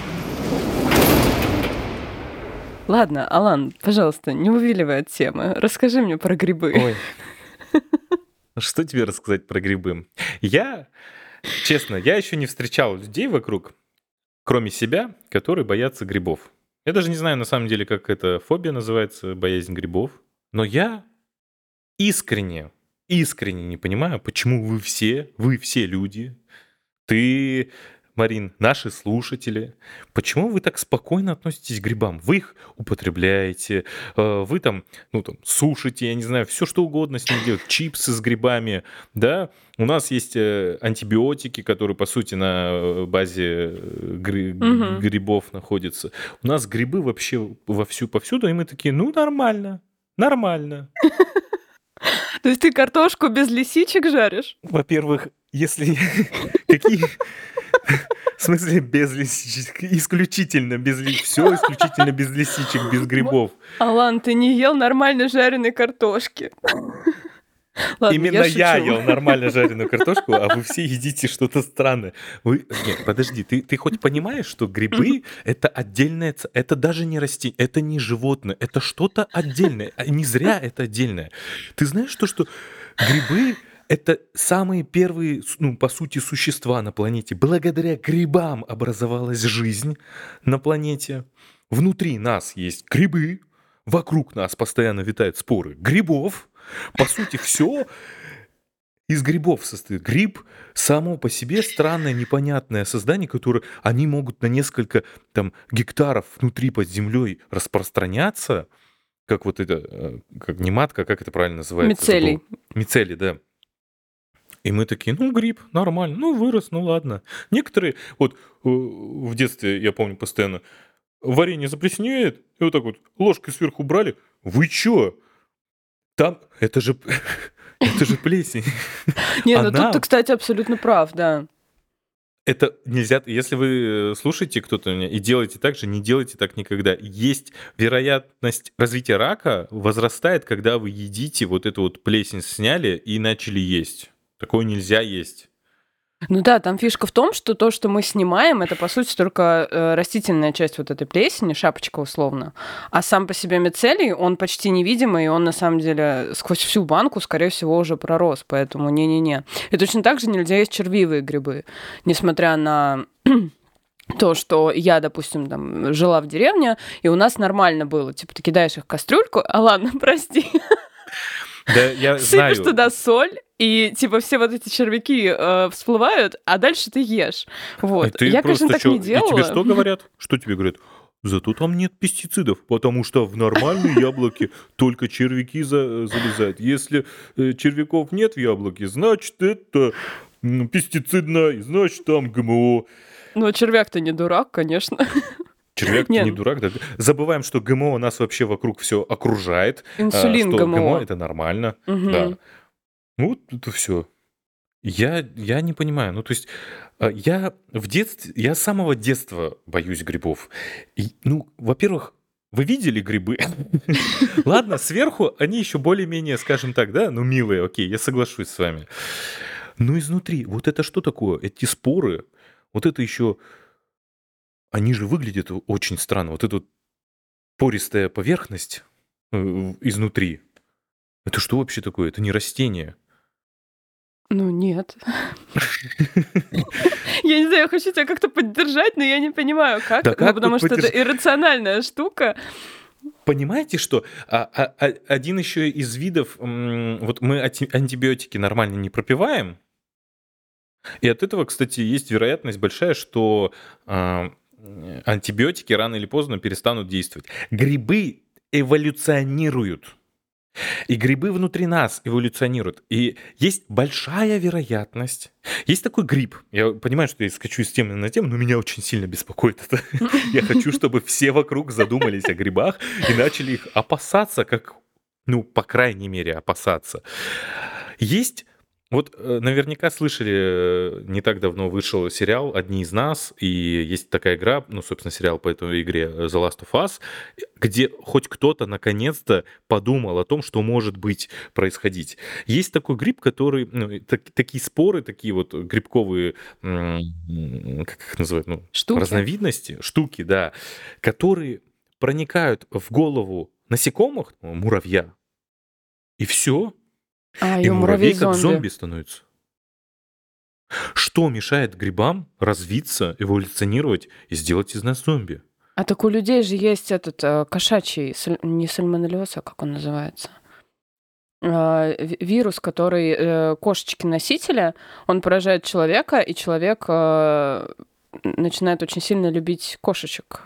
Ладно, Алан, пожалуйста, не увиливай от темы. Расскажи мне про грибы. Ой. Что тебе рассказать про грибы? Я, честно, я еще не встречал людей вокруг, кроме себя, которые боятся грибов. Я даже не знаю, на самом деле, как эта фобия называется, боязнь грибов. Но я искренне, искренне не понимаю, почему вы все, вы все люди, ты, Марин, наши слушатели, почему вы так спокойно относитесь к грибам? Вы их употребляете, э, вы там, ну там, сушите, я не знаю, все что угодно с ними делать, чипсы с грибами, да? У нас есть э, антибиотики, которые, по сути, на э, базе э, гри- Мгм. грибов находятся. У нас грибы вообще вовсю повсюду, и мы такие, ну, нормально, нормально. То есть ты картошку без лисичек жаришь? Во-первых, если... Какие... В смысле без лисичек? Исключительно без лисичек. Все исключительно без лисичек, без грибов. Алан, ты не ел нормальной жареной картошки. Ладно, Именно я, шучу. ел нормально жареную картошку, а вы все едите что-то странное. Вы... Нет, подожди, ты, ты хоть понимаешь, что грибы — это отдельное... ц- Это даже не растение, это не животное, это что-то отдельное. А не зря это отдельное. Ты знаешь то, что грибы — это самые первые, с- ну, по сути, существа на планете. Благодаря грибам образовалась жизнь на планете. Внутри нас есть грибы, вокруг нас постоянно витают споры грибов. По сути, все из грибов состоит. Гриб само по себе странное, непонятное создание, которое они могут на несколько там гектаров внутри под землей распространяться, как вот это, э, как не матка, как это правильно называется? Мицелий. Забыл. Мицелий, да. И мы такие, ну, гриб, нормально, ну, вырос, ну, ладно. Некоторые, вот э, в детстве, я помню постоянно, варенье заплесневеет, и вот так вот ложкой сверху брали. Вы чё? Там, это же, это же плесень. Не, ну Она- тут ты, кстати, абсолютно прав, да. Это нельзя, если вы э, слушаете кто-то меня и делаете так же, не делайте так никогда. Есть вероятность развития рака возрастает, когда вы едите вот эту вот плесень, сняли и начали есть. Такое нельзя есть. Ну да, там фишка в том, что то, что мы снимаем, это, по сути, только э, растительная часть вот этой плесени, шапочка условно. А сам по себе мицелий, он почти невидимый, и он, на самом деле, сквозь всю банку, скорее всего, уже пророс, поэтому не-не-не. И точно так же нельзя есть червивые грибы, несмотря на то, что я, допустим, там жила в деревне, и у нас нормально было. Типа, ты кидаешь их в кастрюльку, а ладно, прости, Да, я сыпешь знаю. туда соль, и типа все вот эти червяки э, всплывают, а дальше ты ешь. А Вот. ты Я, просто конечно, так чё, не и тебе делала. что говорят? Что тебе говорят? Зато там нет пестицидов, потому что в нормальные яблоки только червяки за- залезают. Если э, червяков нет в яблоке, значит это м, пестицидное, значит там ГМО. Но червяк-то не дурак, конечно. Червяк, ты Не, не ну, дурак, да? Забываем, что ГМО нас вообще вокруг все окружает, а, инсулин что ГМО ГМО. это нормально, Мгм. да. Ну, вот это все. Я, я не понимаю. Ну, то есть, а, я в детстве, я с самого детства боюсь грибов. И, ну, во-первых, вы видели грибы? Ладно, сверху они еще более-менее, скажем так, да, ну, милые, окей, я соглашусь с вами. Но изнутри, вот это что такое? Эти споры, вот это еще, они же выглядят очень странно. Вот эта вот пористая поверхность э, в- изнутри. Это что вообще такое? Это не растение. Ну, нет. Я не знаю, я хочу тебя как-то поддержать, но я не понимаю, Да как. Ну, как потому тут что это поддерж- иррациональная штука. Понимаете, что а- а- а- один еще из видов, м, вот мы ати- антибиотики нормально не пропиваем, и от этого, кстати, есть вероятность большая, что а, м, антибиотики рано или поздно перестанут действовать. Грибы эволюционируют. И грибы внутри нас эволюционируют. И есть большая вероятность. Есть такой гриб. Я понимаю, что я скачу из темы на тему, но меня очень сильно беспокоит это. Я хочу, чтобы все вокруг задумались о грибах и начали их опасаться, как, ну, по крайней мере, опасаться. Есть, вот э, наверняка слышали, э, не так давно вышел сериал «Одни из нас», и есть такая игра, ну, собственно, сериал по этой игре э, The Last of Us, где хоть кто-то наконец-то подумал о том, что может быть происходить. Есть такой гриб, который, ну, и так- такие споры, такие вот грибковые, м, м, как их называют, ну, Штуки. разновидности, штуки, да, которые проникают в голову насекомых, ну, муравья, и все, А, и ее муравей как муравей-зомби. зомби становится. Что мешает грибам развиться, эволюционировать и сделать из нас зомби? А так у людей же есть этот э, кошачий, саль- не сальмонеллез, а как он называется? А, ви- вирус, который э, кошечки-носителя, он поражает человека, и человек э, начинает очень сильно любить кошечек.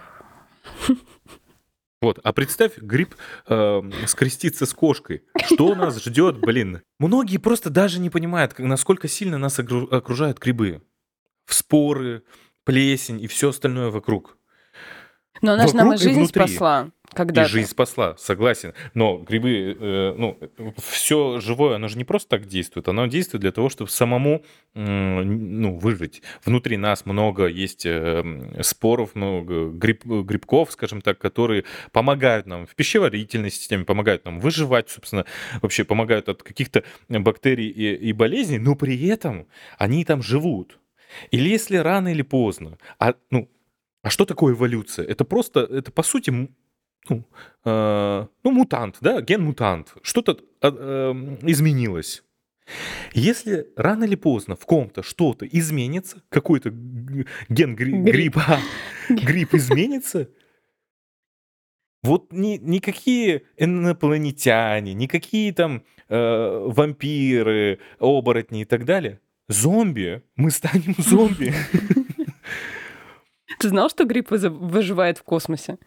Вот, а представь, гриб э, скрестится с кошкой. Что нас ждет, блин? Многие просто даже не понимают, как- насколько сильно нас огру- окружают грибы. Споры, плесень и все остальное вокруг. Но она же нам и Вокруг и жизнь внутри. спасла И когда-то. жизнь спасла, согласен. Но грибы, э, ну, все живое, оно же не просто так действует. Оно действует для того, чтобы самому, м, ну, выжить. Внутри нас много есть э, м, споров, много гриб- грибков, скажем так, которые помогают нам в пищеварительной системе, помогают нам выживать, собственно, вообще помогают от каких-то бактерий и, и болезней, но при этом они там живут. Или если рано или поздно, а, ну, а что такое эволюция? Это просто, это по сути, м, ну, э, ну, мутант, да, ген-мутант. Что-то а, эм, изменилось. Если рано или поздно в ком-то что-то изменится, какой-то г- ген гри- Гриб. гриба, гриб изменится, вот ни, никакие инопланетяне, никакие там э, вампиры, оборотни и так далее, зомби, мы станем зомби. Ты знал, что гриб вызы- выживает в космосе?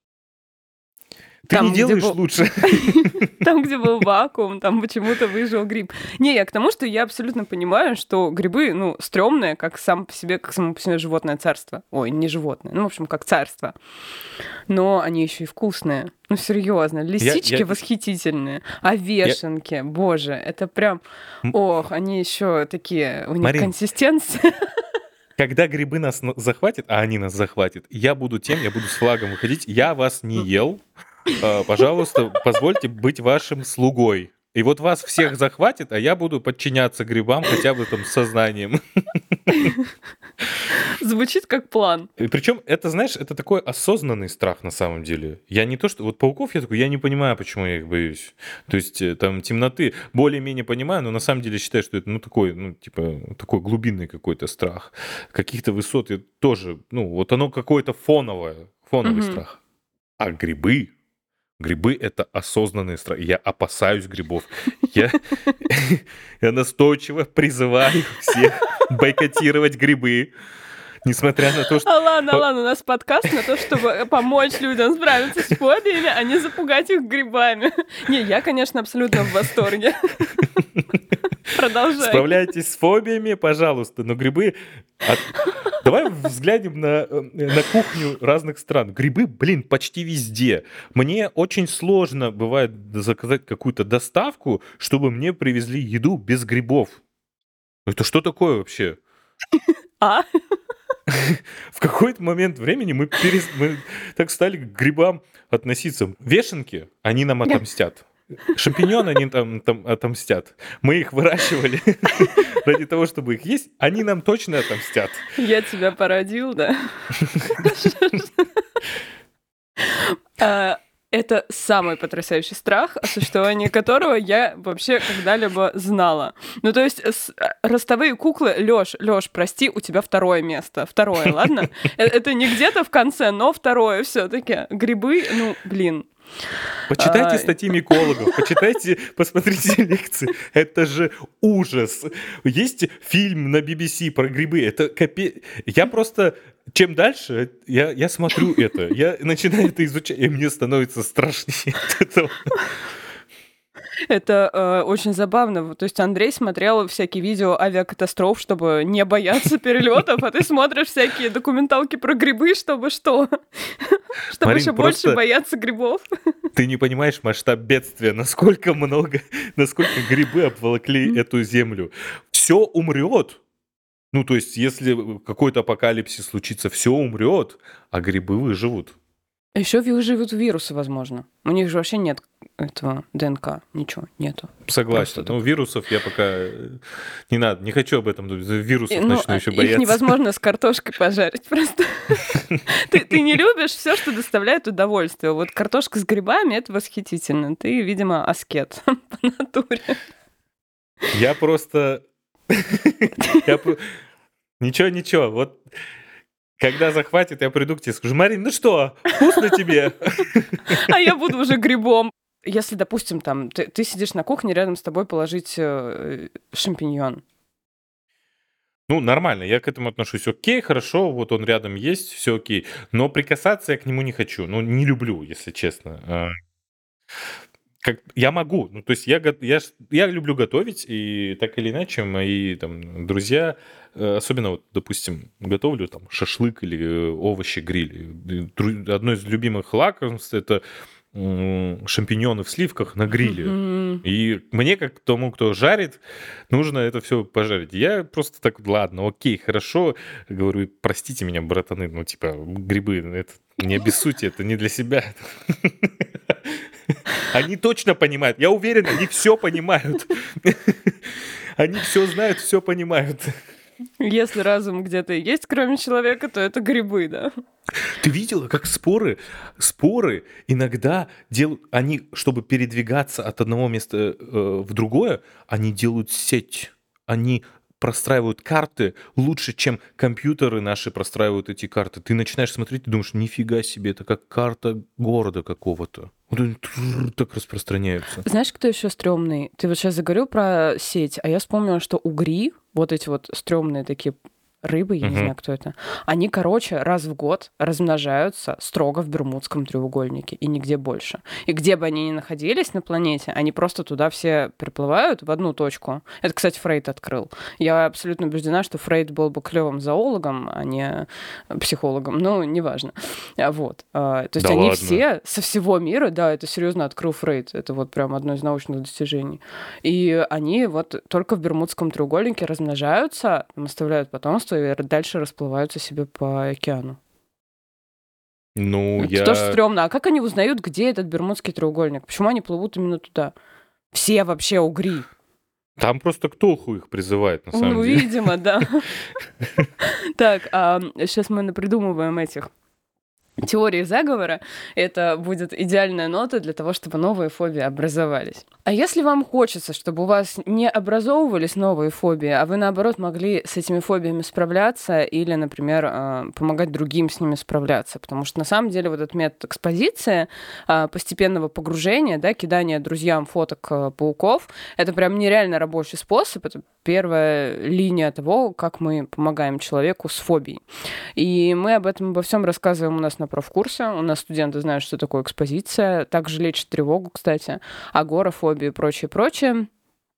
Ты Там, не где делаешь был- лучше. Там, где был вакуум, там почему-то выжил гриб. Не, я к тому, что я абсолютно понимаю, что грибы, ну, стрёмные, как сам по себе, как само по себе животное царство. Ой, не животное, ну, в общем, как царство. Но они еще и вкусные. Ну, серьезно, лисички я- восхитительные, а вешенки, боже, это прям, М- ох, они еще такие, у них Марин. консистенция. Когда грибы нас на- захватят, а они нас захватят, я буду тем, я буду с флагом выходить. Я вас не ел. Э, Пожалуйста, позвольте быть вашим слугой. И вот вас всех захватит, а я буду подчиняться грибам хотя бы там с сознанием. Звучит как план. И причем это, знаешь, это такой осознанный страх на самом деле. Я не то, что... Вот пауков я такой, я не понимаю, почему я их боюсь. То есть э, там темноты более-менее понимаю, но на самом деле считаю, что это, ну, такой, ну, типа, такой глубинный какой-то страх. Каких-то высот я тоже, ну, вот оно какое-то фоновое, фоновый Мгм. страх. А грибы... Грибы — это осознанный страх. Я опасаюсь грибов. Я, я настойчиво призываю всех бойкотировать грибы. Несмотря на то, что... Алан, Алан, у нас подкаст на то, чтобы помочь людям справиться с фобиями, а не запугать их грибами. Не, я, конечно, абсолютно в восторге. Продолжай. Справляйтесь с фобиями, пожалуйста, но грибы... От- Давай взглянем на, э, на кухню разных стран. Грибы, блин, почти везде. Мне очень сложно бывает заказать какую-то доставку, чтобы мне привезли еду без грибов. Это что такое вообще? А? В какой-то момент времени мы, перес- мы так стали к грибам относиться. Вешенки, они нам отомстят. Шампиньоны, они там, там отомстят. Мы их выращивали ради того, чтобы их есть. Они нам точно отомстят. Я тебя породил, да? А, Это самый потрясающий страх, о существовании которого я вообще когда-либо знала. Ну, то есть с- а, ростовые куклы, Лёш, Лёш, прости, у тебя второе место. Второе, ладно? Э, Это не где-то в конце, но второе все таки. Грибы, ну, блин. Почитайте Ай. статьи микологов, почитайте, посмотрите лекции. Это же ужас. Есть фильм на би би си про грибы. Это капе... Я просто... Чем дальше, я, я смотрю это, я начинаю это изучать, и мне становится страшнее от этого. Это э, очень забавно. Вот, то есть Андрей смотрел всякие видео авиакатастроф, чтобы не бояться перелетов, а ты смотришь всякие документалки про грибы, чтобы что? Чтобы Марин, еще больше просто- бояться грибов. Ты не понимаешь масштаб бедствия, насколько много, насколько грибы обволокли эту землю. Все умрет. Ну, то есть, если какой-то апокалипсис случится, все умрет, а грибы выживут. Еще живут вирусы, возможно. У них же вообще нет этого ДНК, ничего нету. Согласен. Просто Но вирусов я пока э, не надо, не хочу об этом думать. Вирусов И, ну, начну а еще их бояться. невозможно с картошкой пожарить просто. Ты, ты не любишь все, что доставляет удовольствие. Вот картошка с грибами — это восхитительно. Ты, видимо, аскет по натуре. Я просто... я про- Ничего, ничего. Вот когда захватит, я приду к тебе и скажу: Марин, ну что, вкусно тебе? А я буду уже грибом. Если, допустим, там ты, ты сидишь на кухне, рядом с тобой положить э, шампиньон. Ну, нормально, я к этому отношусь. Окей, хорошо, вот он рядом есть, все окей. Но прикасаться я к нему не хочу. Ну, не люблю, если честно. А, Как, я могу, ну, то есть я, го- я, ж- я люблю готовить, и так или иначе мои там друзья, э, особенно вот, допустим, готовлю там шашлык или э, овощи гриль. И дру- Одно из любимых лакомств — это м, шампиньоны в сливках на гриле. Мгм. И мне, как тому, кто жарит, нужно это все пожарить. Я просто так, ладно, окей, хорошо, говорю, простите меня, братаны, ну, типа, грибы, это не обессудьте, это не для себя. Они точно понимают, я уверен, они все понимают. Они все знают, все понимают. Если разум где-то и есть, кроме человека, то это грибы, да? Ты видела, как споры, споры иногда делают, они, чтобы передвигаться от одного места э, в другое, они делают сеть, они простраивают карты лучше, чем компьютеры наши простраивают эти карты. Ты начинаешь смотреть и думаешь: нифига себе, это как карта города какого-то. Вот они трррр так распространяются. Знаешь, кто еще стрёмный? Ты вот сейчас заговорил про сеть, а я вспомнила, что угри, вот эти вот стрёмные такие рыбы, я не Мгм. знаю, кто это, они, короче, раз в год размножаются строго в Бермудском треугольнике и нигде больше. И где бы они ни находились на планете, они просто туда все приплывают в одну точку. Это, кстати, Фрейд открыл. Я абсолютно убеждена, что Фрейд был бы клевым зоологом, а не психологом. Ну, неважно. А Вот. А, То есть Да они ладно? все со всего мира, да, это серьезно открыл Фрейд. Это вот прям одно из научных достижений. И они вот только в Бермудском треугольнике размножаются, там оставляют потомство и дальше расплываются себе по океану. Ну, Это я... тоже стрёмно. А как они узнают, где этот Бермудский треугольник? Почему они плывут именно туда? Все вообще угри. Там просто Ктулху их призывает, на самом Ну, деле. видимо, да. Так, сейчас мы напридумываем этих теории заговора. Это будет идеальная нота для того, чтобы новые фобии образовались. А если вам хочется, чтобы у вас не образовывались новые фобии, а вы, наоборот, могли с этими фобиями справляться или, например, э, помогать другим с ними справляться, потому что, на самом деле, вот этот метод экспозиции, э, постепенного погружения, да, кидания друзьям фоток э, пауков, это прям нереально рабочий способ, это первая линия того, как мы помогаем человеку с фобией. И мы об этом обо всем рассказываем у нас на профкурсе. У нас студенты знают, что такое экспозиция. Также лечит тревогу, кстати, агорафобию и прочее, прочее.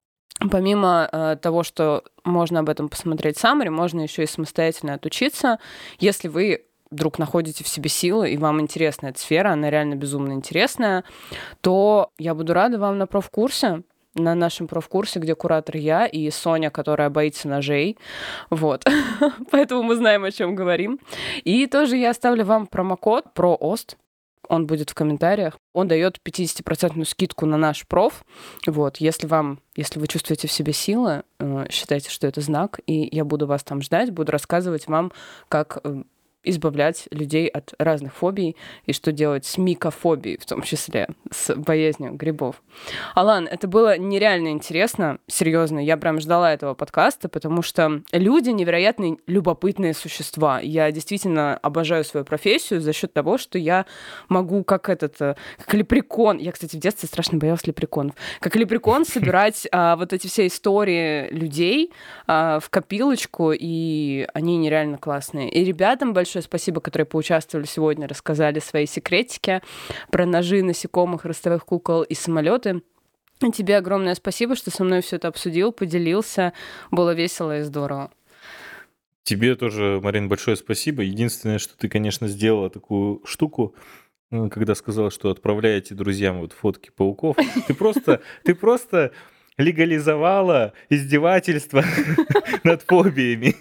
Помимо э, того, что можно об этом посмотреть в Summary, можно еще и самостоятельно отучиться, если вы вдруг находите в себе силы, и вам интересна эта сфера, она реально безумно интересная, то я буду рада вам на профкурсе, на нашем профкурсе, где куратор я и Соня, которая боится ножей. Вот. Поэтому мы знаем, о чем говорим. И тоже я оставлю вам промокод ПРООСТ. Он будет в комментариях. Он дает пятьдесят процентов скидку на наш проф. Вот. Если вам, если вы чувствуете в себе силы, считайте, что это знак, и я буду вас там ждать, буду рассказывать вам, как избавлять людей от разных фобий и что делать с микофобией, в том числе, с боязнью грибов. Алан, это было нереально интересно, серьезно, я прям ждала этого подкаста, потому что люди невероятно любопытные существа. Я действительно обожаю свою профессию за счет того, что я могу как этот, как лепрекон, я, кстати, в детстве страшно боялась лепреконов, как лепрекон собирать а, вот эти все истории людей а, в копилочку, и они нереально классные. И ребятам большое Большое спасибо, которые поучаствовали сегодня, рассказали свои секретики про ножи, насекомых, ростовых кукол и самолеты. И тебе огромное спасибо, что со мной все это обсудил, поделился. Было весело и здорово. Тебе тоже, Марин, большое спасибо. Единственное, что ты, конечно, сделала такую штуку, когда сказала, что отправляете друзьям вот фотки пауков. Ты просто, ты просто легализовала издевательство над фобиями.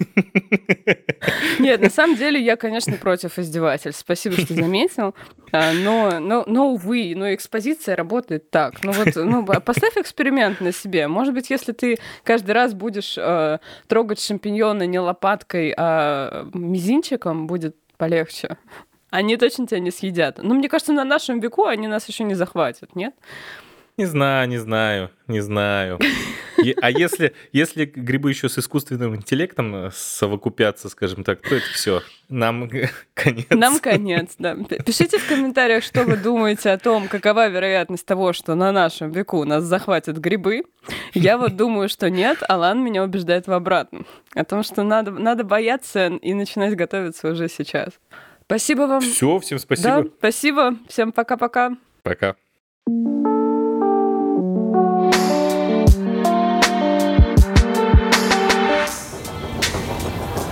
Нет, на самом деле я, конечно, против издевательств. Спасибо, что заметил. Но, но, но увы, но экспозиция работает так. Ну вот, ну, поставь эксперимент на себе. Может быть, если ты каждый раз будешь э, трогать шампиньоны не лопаткой, а мизинчиком, будет полегче. Они точно тебя не съедят. Но мне кажется, на нашем веку они нас еще не захватят, нет? Не знаю, не знаю, не знаю. А если, если грибы еще с искусственным интеллектом совокупятся, скажем так, то это все. Нам конец. Нам конец, да. Пишите в комментариях, что вы думаете о том, какова вероятность того, что на нашем веку нас захватят грибы. Я вот думаю, что нет. Алан меня убеждает в обратном. О том, что надо, надо бояться и начинать готовиться уже сейчас. Спасибо вам. Все, всем спасибо. Да, спасибо. Всем пока-пока. Пока.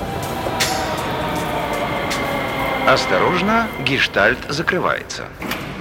Осторожно, гештальт закрывается.